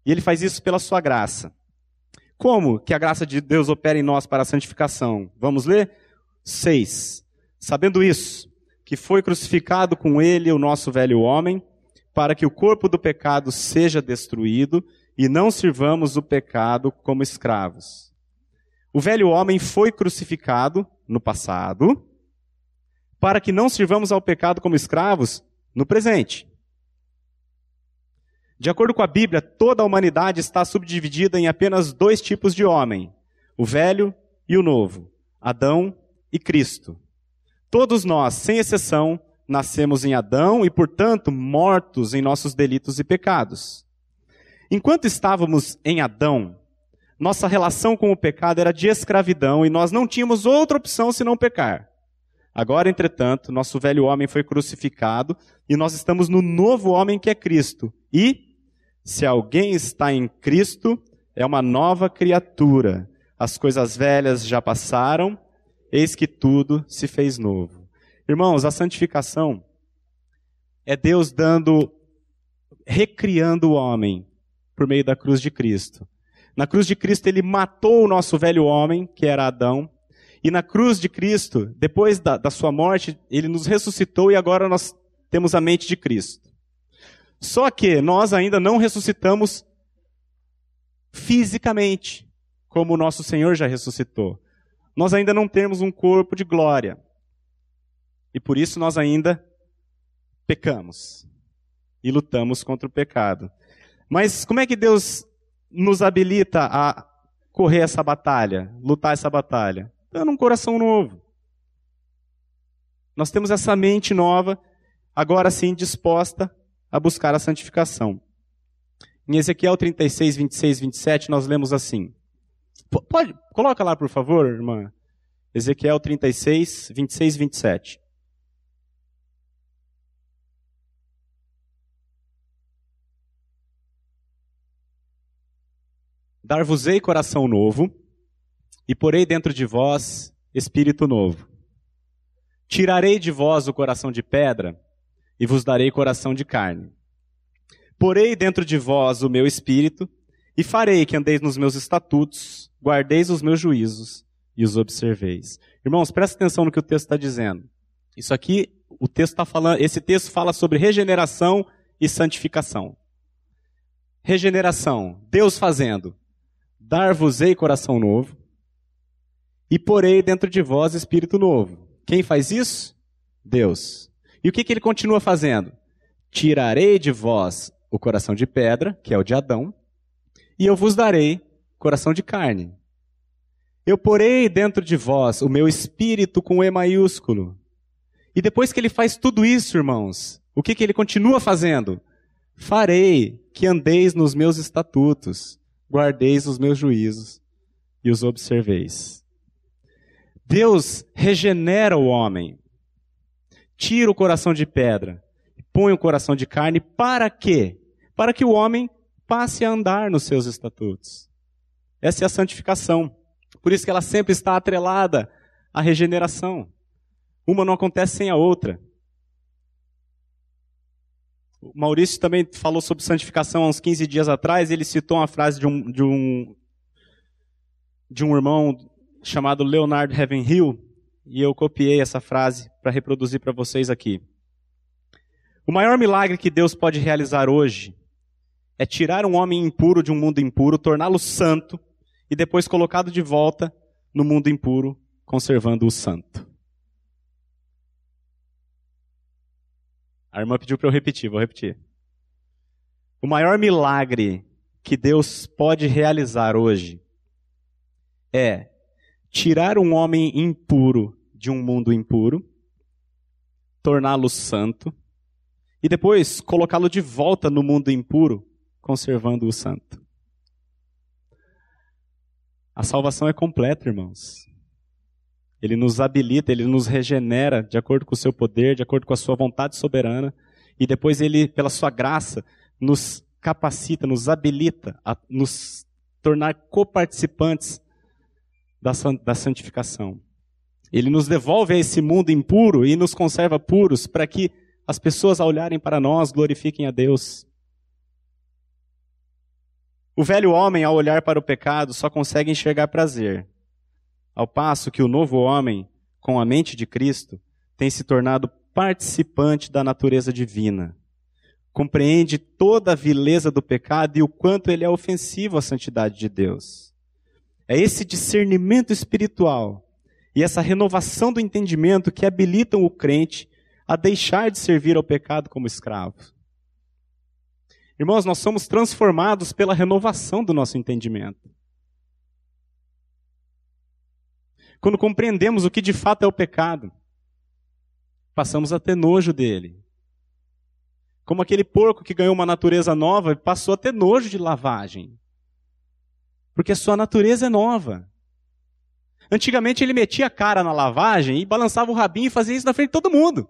E Ele faz isso pela sua graça. Como que a graça de Deus opera em nós para a santificação? Vamos ler? seis. Sabendo isso, que foi crucificado com Ele o nosso velho homem, para que o corpo do pecado seja destruído e não sirvamos o pecado como escravos. O velho homem foi crucificado no passado, para que não sirvamos ao pecado como escravos no presente. De acordo com a Bíblia, toda a humanidade está subdividida em apenas dois tipos de homem, o velho e o novo, Adão e Cristo. Todos nós, sem exceção, nascemos em Adão e, portanto, mortos em nossos delitos e pecados. Enquanto estávamos em Adão, nossa relação com o pecado era de escravidão e nós não tínhamos outra opção senão pecar. Agora, entretanto, nosso velho homem foi crucificado e nós estamos no novo homem que é Cristo. E, se alguém está em Cristo, é uma nova criatura. As coisas velhas já passaram, eis que tudo se fez novo. Irmãos, a santificação é Deus dando, recriando o homem por meio da cruz de Cristo. Na cruz de Cristo Ele matou o nosso velho homem, que era Adão, e na cruz de Cristo, depois da, da sua morte, Ele nos ressuscitou e agora nós temos a mente de Cristo. Só que nós ainda não ressuscitamos fisicamente, como o nosso Senhor já ressuscitou. Nós ainda não temos um corpo de glória. E por isso nós ainda pecamos e lutamos contra o pecado. Mas como é que Deus nos habilita a correr essa batalha, lutar essa batalha? Dando um coração novo. Nós temos essa mente nova, agora sim disposta a buscar a santificação. Em Ezequiel trinta e seis, vinte e seis, vinte e sete, nós lemos assim. Pode, coloca lá, por favor, irmã. Ezequiel trinta e seis, vinte e seis, vinte e sete. Dar-vos-ei coração novo, e porei dentro de vós espírito novo. Tirarei de vós o coração de pedra, e vos darei coração de carne. Porei dentro de vós o meu espírito, e farei que andeis nos meus estatutos, guardeis os meus juízos, e os observeis. Irmãos, presta atenção no que o texto está dizendo. Isso aqui, o texto está falando, esse texto fala sobre regeneração e santificação. Regeneração, Deus fazendo. Dar-vos-ei coração novo, e porei dentro de vós espírito novo. Quem faz isso? Deus. E o que, que ele continua fazendo? Tirarei de vós o coração de pedra, que é o de Adão, e eu vos darei coração de carne. Eu porei dentro de vós o meu espírito com E maiúsculo. E depois que ele faz tudo isso, irmãos, o que, que ele continua fazendo? Farei que andeis nos meus estatutos, guardeis os meus juízos e os observeis. Deus regenera o homem, tira o coração de pedra, põe o coração de carne, para quê? Para que o homem passe a andar nos seus estatutos. Essa é a santificação. Por isso que ela sempre está atrelada à regeneração. Uma não acontece sem a outra. O Maurício também falou sobre santificação há uns quinze dias atrás. Ele citou uma frase de um, de um, de um irmão chamado Leonard Ravenhill, e eu copiei essa frase para reproduzir para vocês aqui. O maior milagre que Deus pode realizar hoje é tirar um homem impuro de um mundo impuro, torná-lo santo e depois colocá-lo de volta no mundo impuro, conservando-o santo. A irmã pediu para eu repetir, vou repetir. O maior milagre que Deus pode realizar hoje é tirar um homem impuro de um mundo impuro, torná-lo santo, e depois colocá-lo de volta no mundo impuro, conservando-o santo. A salvação é completa, irmãos. Ele nos habilita, Ele nos regenera de acordo com o seu poder, de acordo com a sua vontade soberana, e depois Ele, pela sua graça, nos capacita, nos habilita a nos tornar coparticipantes da, da santificação. Ele nos devolve a esse mundo impuro e nos conserva puros para que as pessoas, ao olharem para nós, glorifiquem a Deus. O velho homem, ao olhar para o pecado, só consegue enxergar prazer, ao passo que o novo homem, com a mente de Cristo, tem se tornado participante da natureza divina. Compreende toda a vileza do pecado e o quanto ele é ofensivo à santidade de Deus. É esse discernimento espiritual e essa renovação do entendimento que habilitam o crente a deixar de servir ao pecado como escravo. Irmãos, nós somos transformados pela renovação do nosso entendimento. Quando compreendemos o que de fato é o pecado, passamos a ter nojo dele. Como aquele porco que ganhou uma natureza nova e passou a ter nojo de lavagem. Porque a sua natureza é nova. Antigamente ele metia a cara na lavagem e balançava o rabinho e fazia isso na frente de todo mundo.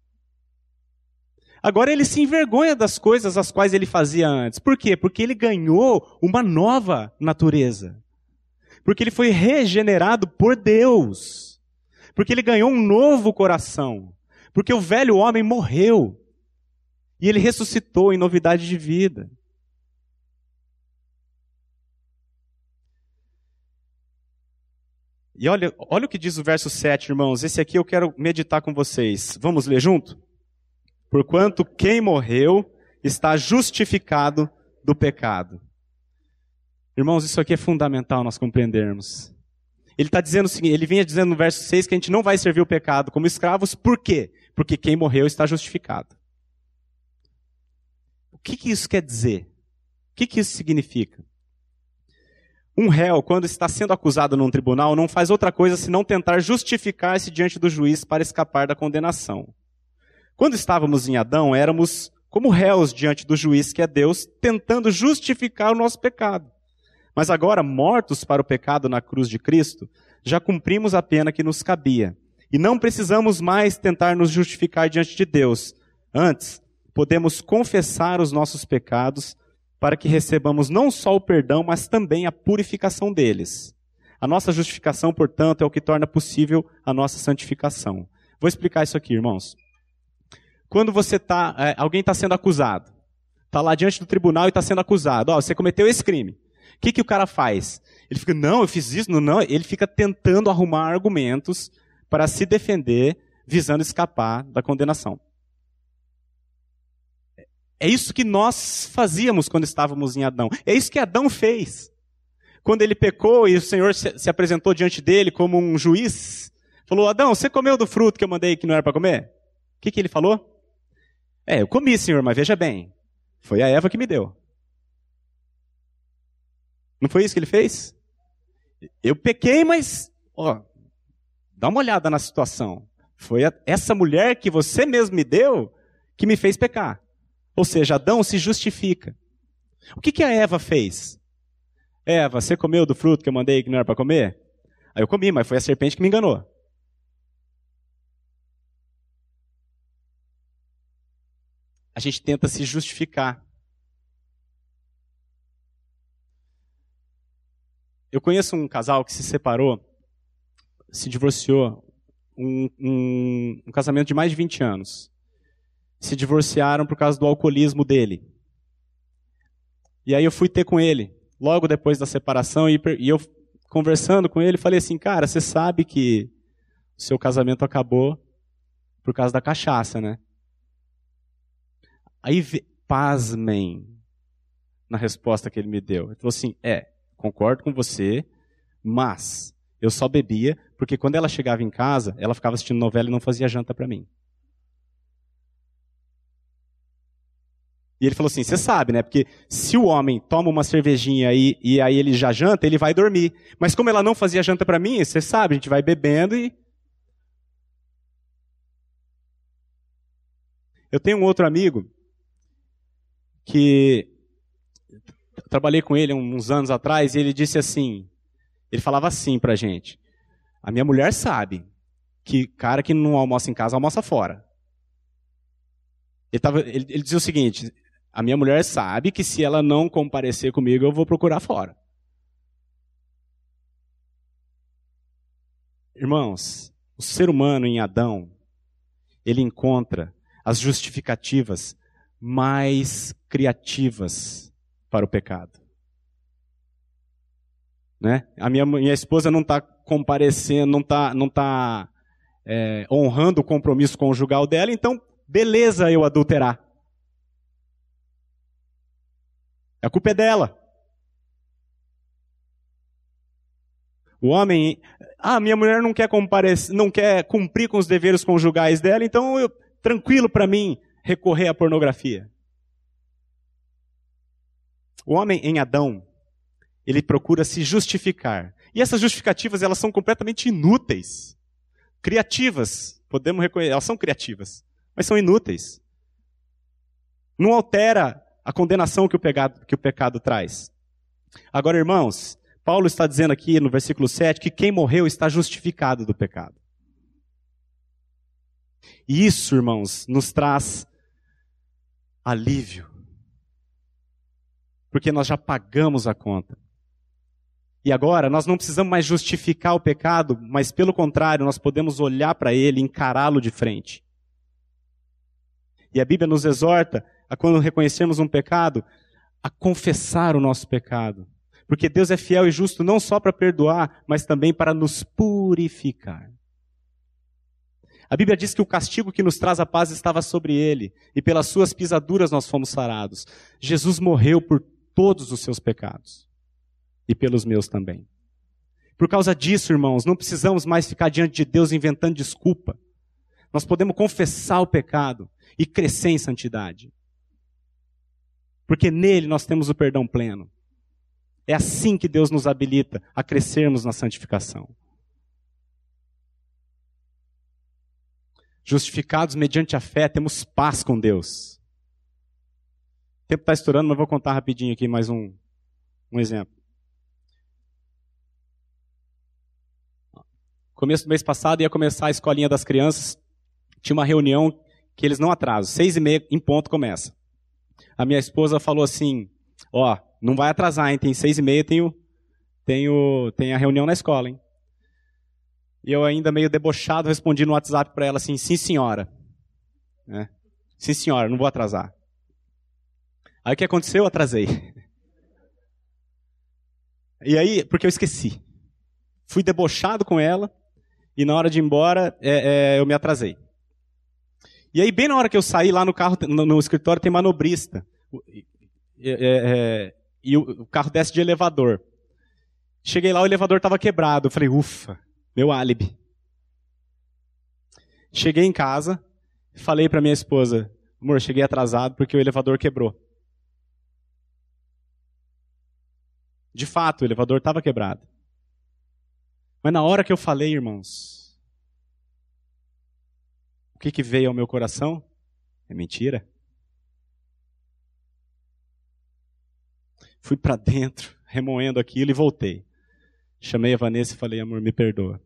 Agora ele se envergonha das coisas as quais ele fazia antes. Por quê? Porque ele ganhou uma nova natureza. Porque ele foi regenerado por Deus. Porque ele ganhou um novo coração. Porque o velho homem morreu. E ele ressuscitou em novidade de vida. E olha, olha o que diz o verso sete, irmãos. Esse aqui eu quero meditar com vocês. Vamos ler junto? Porquanto quem morreu está justificado do pecado. Irmãos, isso aqui é fundamental nós compreendermos. Ele está dizendo o seguinte, ele vinha dizendo no verso seis que a gente não vai servir o pecado como escravos. Por quê? Porque quem morreu está justificado. O que, que isso quer dizer? O que, que isso significa? Um réu, quando está sendo acusado num tribunal, não faz outra coisa senão tentar justificar-se diante do juiz para escapar da condenação. Quando estávamos em Adão, éramos como réus diante do juiz, que é Deus, tentando justificar o nosso pecado. Mas agora, mortos para o pecado na cruz de Cristo, já cumprimos a pena que nos cabia. E não precisamos mais tentar nos justificar diante de Deus. Antes, podemos confessar os nossos pecados para que recebamos não só o perdão, mas também a purificação deles. A nossa justificação, portanto, é o que torna possível a nossa santificação. Vou explicar isso aqui, irmãos. Quando você tá, é, alguém está sendo acusado, está lá diante do tribunal e está sendo acusado, ó, você cometeu esse crime. O que, que o cara faz? Ele fica, não, eu fiz isso, não, não. Ele fica tentando arrumar argumentos para se defender, visando escapar da condenação. É isso que nós fazíamos quando estávamos em Adão. É isso que Adão fez. Quando ele pecou e o Senhor se apresentou diante dele como um juiz, falou, Adão, você comeu do fruto que eu mandei que não era para comer? O que, que ele falou? É, eu comi, Senhor, mas veja bem, foi a Eva que me deu. Não foi isso que ele fez? Eu pequei, mas, ó, dá uma olhada na situação. Foi a, essa mulher que você mesmo me deu que me fez pecar. Ou seja, Adão se justifica. O que, que a Eva fez? Eva, você comeu do fruto que eu mandei que não era para comer? Aí eu comi, mas foi a serpente que me enganou. A gente tenta se justificar. Eu conheço um casal que se separou, se divorciou, um, um, um casamento de mais de vinte anos. Se divorciaram por causa do alcoolismo dele. E aí eu fui ter com ele, logo depois da separação, e, e eu conversando com ele, falei assim, cara, você sabe que o seu casamento acabou por causa da cachaça, né? Aí, pasmem na resposta que ele me deu. Ele falou assim, é, concordo com você, mas eu só bebia porque quando ela chegava em casa, ela ficava assistindo novela e não fazia janta para mim. E ele falou assim, você sabe, né? Porque se o homem toma uma cervejinha aí, e aí ele já janta, ele vai dormir. Mas como ela não fazia janta para mim, você sabe, a gente vai bebendo e... Eu tenho um outro amigo que trabalhei com ele uns anos atrás e ele disse assim, ele falava assim pra gente, a minha mulher sabe que cara que não almoça em casa, almoça fora. Ele, tava, ele, ele dizia o seguinte, a minha mulher sabe que se ela não comparecer comigo, eu vou procurar fora. Irmãos, o ser humano em Adão, ele encontra as justificativas mais criativas para o pecado. Né? A minha, minha esposa não está comparecendo, não está não tá, é, honrando o compromisso conjugal dela, então, beleza eu adulterar. A culpa é dela. O homem, ah, minha mulher não quer comparecer, não quer cumprir com os deveres conjugais dela, então eu, tranquilo para mim recorrer à pornografia. O homem em Adão, ele procura se justificar. E essas justificativas, elas são completamente inúteis. Criativas, podemos reconhecer, elas são criativas, mas são inúteis. Não altera a condenação que o pecado, que o pecado traz. Agora, irmãos, Paulo está dizendo aqui no versículo sete que quem morreu está justificado do pecado. E isso, irmãos, nos traz alívio. Porque nós já pagamos a conta. E agora, nós não precisamos mais justificar o pecado, mas pelo contrário, nós podemos olhar para ele e encará-lo de frente. E a Bíblia nos exorta, a quando reconhecemos um pecado, a confessar o nosso pecado. Porque Deus é fiel e justo não só para perdoar, mas também para nos purificar. A Bíblia diz que o castigo que nos traz a paz estava sobre ele, e pelas suas pisaduras nós fomos sarados. Jesus morreu por todos os seus pecados, e pelos meus também. Por causa disso, irmãos, não precisamos mais ficar diante de Deus inventando desculpa. Nós podemos confessar o pecado e crescer em santidade. Porque nele nós temos o perdão pleno. É assim que Deus nos habilita a crescermos na santificação. Justificados mediante a fé, temos paz com Deus. O tempo está estourando, mas vou contar rapidinho aqui mais um, um exemplo. Começo do mês passado ia começar a escolinha das crianças. Tinha uma reunião que eles não atrasam. Seis e meia em ponto começa. A minha esposa falou assim, ó, não vai atrasar, hein? Tem seis e meia, tenho, tenho, tem a reunião na escola, hein? E eu ainda meio debochado respondi no WhatsApp para ela assim, sim senhora. É. Sim senhora, não vou atrasar. Aí o que aconteceu? Eu atrasei. E aí, porque eu esqueci. Fui debochado com ela e na hora de ir embora é, é, eu me atrasei. E aí bem na hora que eu saí lá no carro, no, no escritório tem manobrista. É, é, e o, o carro desce de elevador. Cheguei lá, o elevador estava quebrado. Eu falei, ufa, meu álibi. Cheguei em casa, falei para minha esposa, amor, cheguei atrasado porque o elevador quebrou. De fato, o elevador estava quebrado. Mas na hora que eu falei, irmãos, o que, que veio ao meu coração? É mentira. Fui para dentro, remoendo aquilo e voltei. Chamei a Vanessa e falei, amor, me perdoa.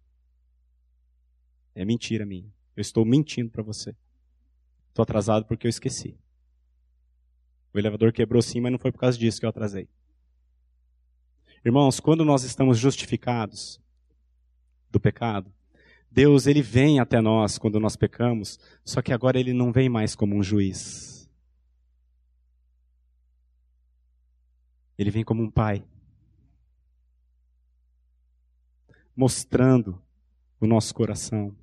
É mentira minha. Eu estou mentindo para você. Estou atrasado porque eu esqueci. O elevador quebrou sim, mas não foi por causa disso que eu atrasei. Irmãos, quando nós estamos justificados do pecado, Deus, ele vem até nós quando nós pecamos, só que agora ele não vem mais como um juiz. Ele vem como um pai, mostrando o nosso coração.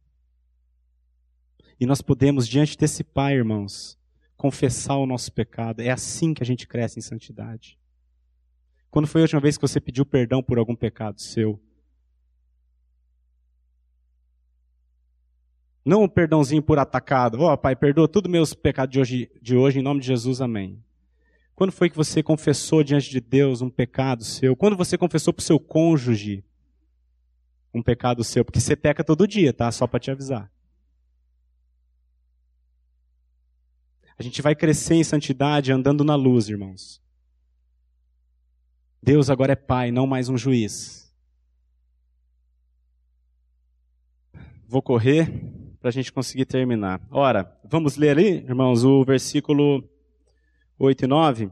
E nós podemos, diante desse pai, irmãos, confessar o nosso pecado. É assim que a gente cresce em santidade. Quando foi a última vez que você pediu perdão por algum pecado seu? Não um perdãozinho por atacado. Ó, oh, pai, perdoa todos os meus pecados de hoje, de hoje, em nome de Jesus, amém. Quando foi que você confessou diante de Deus um pecado seu? Quando você confessou para o seu cônjuge um pecado seu? Porque você peca todo dia, tá? Só para te avisar. A gente vai crescer em santidade andando na luz, irmãos. Deus agora é pai, não mais um juiz. Vou correr para a gente conseguir terminar. Ora, vamos ler ali, irmãos, o versículo oito e nove.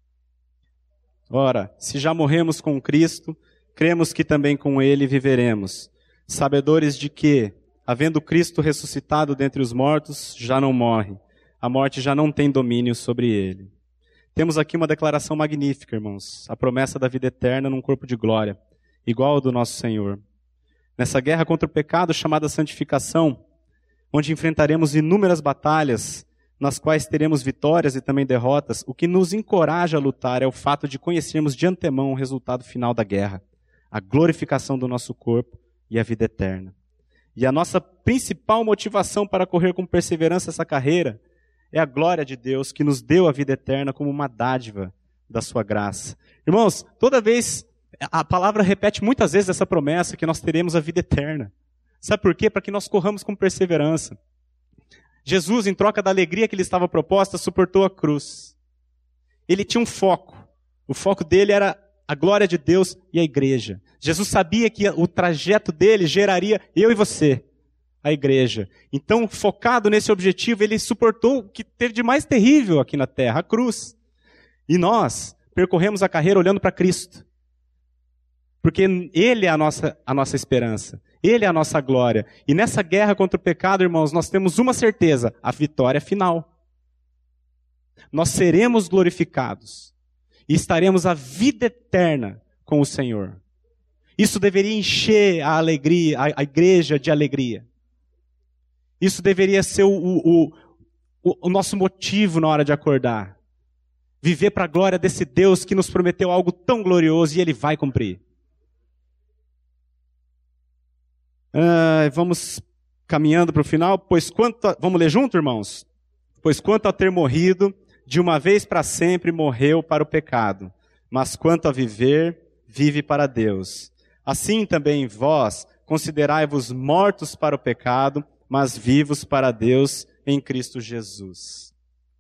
Ora, se já morremos com Cristo, cremos que também com Ele viveremos, sabedores de que, havendo Cristo ressuscitado dentre os mortos, já não morre, a morte já não tem domínio sobre Ele. temos aqui uma declaração magnífica, irmãos. A promessa da vida eterna num corpo de glória, igual ao do nosso Senhor. Nessa guerra contra o pecado chamada santificação, onde enfrentaremos inúmeras batalhas, nas quais teremos vitórias e também derrotas, o que nos encoraja a lutar é o fato de conhecermos de antemão o resultado final da guerra, a glorificação do nosso corpo e a vida eterna. E a nossa principal motivação para correr com perseverança essa carreira é a glória de Deus que nos deu a vida eterna como uma dádiva da sua graça. Irmãos, toda vez, a palavra repete muitas vezes essa promessa que nós teremos a vida eterna. Sabe por quê? Para que nós corramos com perseverança. Jesus, em troca da alegria que lhe estava proposta, suportou a cruz. Ele tinha um foco. O foco dele era a glória de Deus e a igreja. Jesus sabia que o trajeto dele geraria eu e você, a igreja. Então, focado nesse objetivo, ele suportou o que teve de mais terrível aqui na terra, a cruz. E nós percorremos a carreira olhando para Cristo. Porque Ele é a nossa, a nossa esperança. Ele é a nossa glória. E nessa guerra contra o pecado, irmãos, nós temos uma certeza, a vitória final. Nós seremos glorificados. E estaremos a vida eterna com o Senhor. Isso deveria encher a alegria, a, a igreja de alegria. Isso deveria ser o, o, o, o nosso motivo na hora de acordar. Viver para a glória desse Deus que nos prometeu algo tão glorioso e Ele vai cumprir. Ah, vamos caminhando para o final. Pois quanto a... Vamos ler junto, irmãos? Pois quanto a ter morrido, de uma vez para sempre morreu para o pecado. Mas quanto a viver, vive para Deus. Assim também vós, considerai-vos mortos para o pecado, mas vivos para Deus em Cristo Jesus.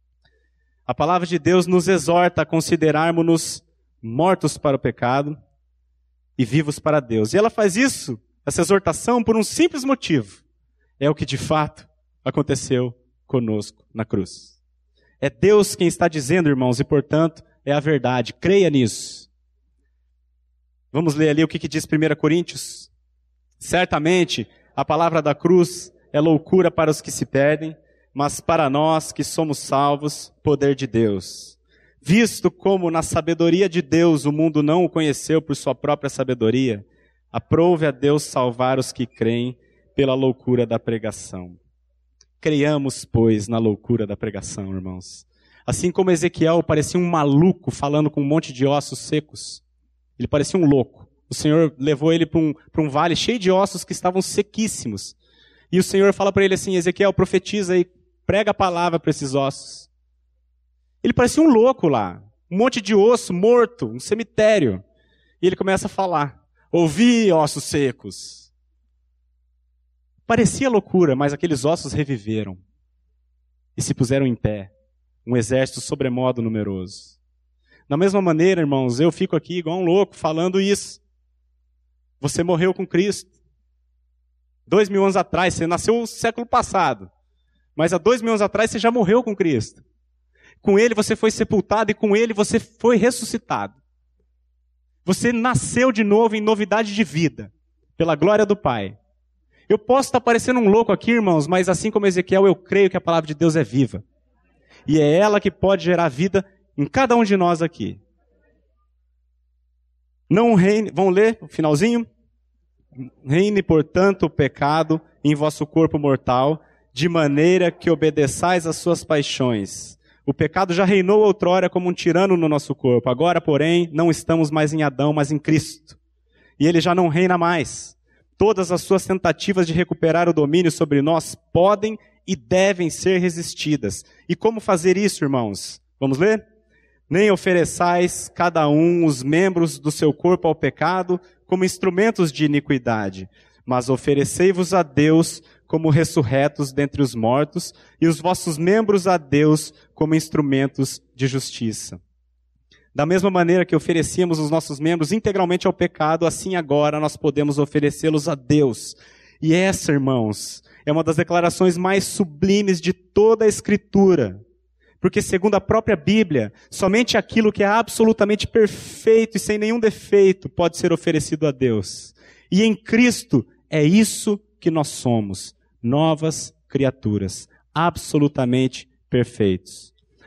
A palavra de Deus nos exorta a considerarmos-nos mortos para o pecado e vivos para Deus. E ela faz isso, essa exortação, por um simples motivo. É o que de fato aconteceu conosco na cruz. É Deus quem está dizendo, irmãos, e portanto é a verdade. Creia nisso. Vamos ler ali o que, que diz primeira Coríntios. Certamente a palavra da cruz é loucura para os que se perdem, mas para nós que somos salvos, poder de Deus. Visto como na sabedoria de Deus o mundo não o conheceu por sua própria sabedoria, aprove a Deus salvar os que creem pela loucura da pregação. Creiamos, pois, na loucura da pregação, irmãos. Assim como Ezequiel parecia um maluco falando com um monte de ossos secos. Ele parecia um louco. O Senhor levou ele para um, para um vale cheio de ossos que estavam sequíssimos. E o Senhor fala para ele assim, Ezequiel, profetiza e prega a palavra para esses ossos. Ele parecia um louco lá. Um monte de osso morto, um cemitério. E ele começa a falar. Ouvi, ossos secos. Parecia loucura, mas aqueles ossos reviveram. E se puseram em pé. Um exército sobremodo numeroso. Da mesma maneira, irmãos, eu fico aqui igual um louco falando isso. Você morreu com Cristo. Dois mil anos atrás, você nasceu no século passado. Mas há dois mil anos atrás você já morreu com Cristo. Com Ele você foi sepultado e com Ele você foi ressuscitado. Você nasceu de novo em novidade de vida, pela glória do Pai. Eu posso estar parecendo um louco aqui, irmãos, mas assim como Ezequiel, eu creio que a palavra de Deus é viva. E é ela que pode gerar vida em cada um de nós aqui. Não reine, vamos ler o finalzinho? Reine, portanto, o pecado em vosso corpo mortal, de maneira que obedeçais às suas paixões. O pecado já reinou outrora como um tirano no nosso corpo. Agora, porém, não estamos mais em Adão, mas em Cristo. E ele já não reina mais. Todas as suas tentativas de recuperar o domínio sobre nós podem e devem ser resistidas. E como fazer isso, irmãos? Vamos ler? Nem ofereçais cada um os membros do seu corpo ao pecado como instrumentos de iniquidade, mas oferecei-vos a Deus como ressurretos dentre os mortos, e os vossos membros a Deus como instrumentos de justiça. Da mesma maneira que oferecíamos os nossos membros integralmente ao pecado, assim agora nós podemos oferecê-los a Deus. E essa, irmãos, é uma das declarações mais sublimes de toda a Escritura. Porque, segundo a própria Bíblia, somente aquilo que é absolutamente perfeito e sem nenhum defeito pode ser oferecido a Deus. E em Cristo é isso que nós somos, novas criaturas, absolutamente perfeitos.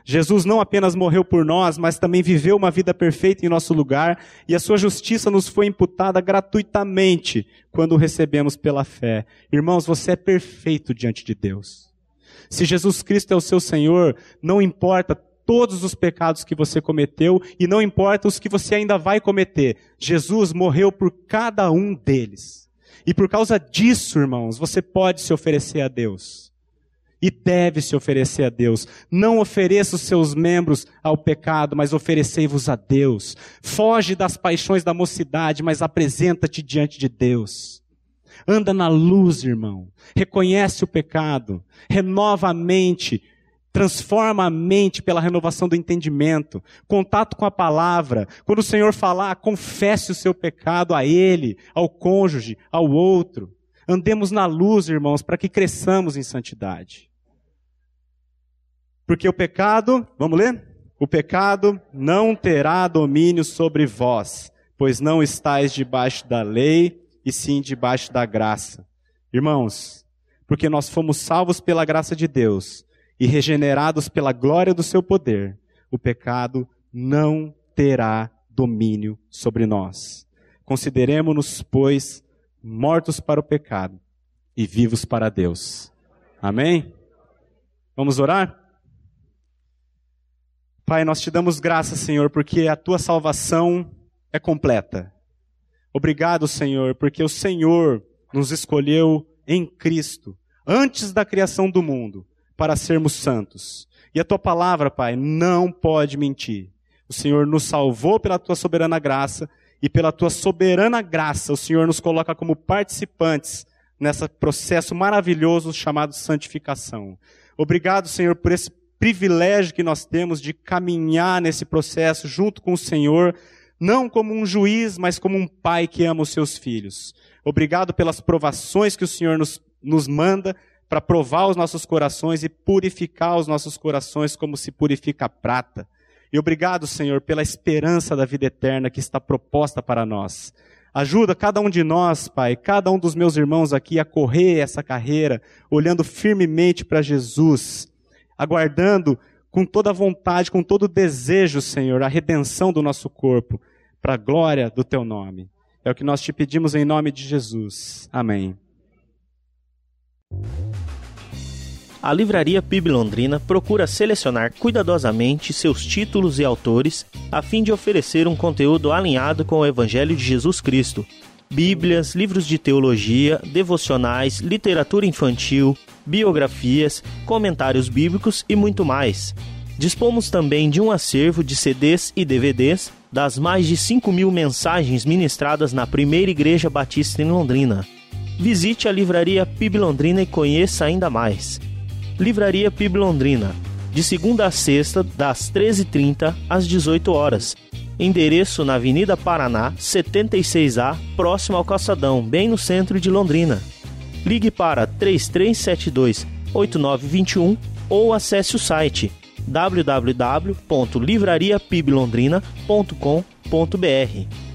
Jesus não apenas morreu por nós, mas também viveu uma vida perfeita em nosso lugar, e a sua justiça nos foi imputada gratuitamente quando o recebemos pela fé. Irmãos, você é perfeito diante de Deus. Se Jesus Cristo é o seu Senhor, não importa todos os pecados que você cometeu e não importa os que você ainda vai cometer. Jesus morreu por cada um deles. E por causa disso, irmãos, você pode se oferecer a Deus. E deve se oferecer a Deus. Não ofereça os seus membros ao pecado, mas oferecei-vos a Deus. Foge das paixões da mocidade, mas apresenta-te diante de Deus. Anda na luz, irmão. Reconhece o pecado. Renova a mente. Transforma a mente pela renovação do entendimento. Contato com a palavra. Quando o Senhor falar, confesse o seu pecado a Ele, ao cônjuge, ao outro. Andemos na luz, irmãos, para que cresçamos em santidade. Porque o pecado, vamos ler? O pecado não terá domínio sobre vós, pois não estáis debaixo da lei, e sim debaixo da graça. Irmãos, porque nós fomos salvos pela graça de Deus e regenerados pela glória do seu poder, o pecado não terá domínio sobre nós. Consideremo-nos, pois, mortos para o pecado e vivos para Deus. Amém? Vamos orar? Pai, nós te damos graças, Senhor, porque a tua salvação é completa. Obrigado, Senhor, porque o Senhor nos escolheu em Cristo, antes da criação do mundo, para sermos santos. E a tua palavra, Pai, não pode mentir. O Senhor nos salvou pela tua soberana graça, e pela tua soberana graça, o Senhor nos coloca como participantes nesse processo maravilhoso chamado santificação. Obrigado, Senhor, por esse privilégio que nós temos de caminhar nesse processo junto com o Senhor, não como um juiz, mas como um pai que ama os seus filhos. Obrigado pelas provações que o Senhor nos, nos manda para provar os nossos corações e purificar os nossos corações como se purifica a prata. E obrigado, Senhor, pela esperança da vida eterna que está proposta para nós. Ajuda cada um de nós, Pai, cada um dos meus irmãos aqui a correr essa carreira, olhando firmemente para Jesus, aguardando com toda a vontade, com todo o desejo, Senhor, a redenção do nosso corpo, para a glória do Teu nome. É o que nós te pedimos em nome de Jesus. Amém. A Livraria P I B Londrina procura selecionar cuidadosamente seus títulos e autores a fim de oferecer um conteúdo alinhado com o Evangelho de Jesus Cristo. Bíblias, livros de teologia, devocionais, literatura infantil, biografias, comentários bíblicos e muito mais. Dispomos também de um acervo de C Ds e D V Ds das mais de cinco mil mensagens ministradas na Primeira Igreja Batista em Londrina. Visite a Livraria P I B Londrina e conheça ainda mais. Livraria P I B Londrina, de segunda a sexta, das treze e trinta às dezoito horas. Endereço na Avenida Paraná, setenta e seis A, próximo ao Calçadão, bem no centro de Londrina. Ligue para três três sete dois, oito nove dois um ou acesse o site w w w ponto livraria p i b londrina ponto com ponto b r.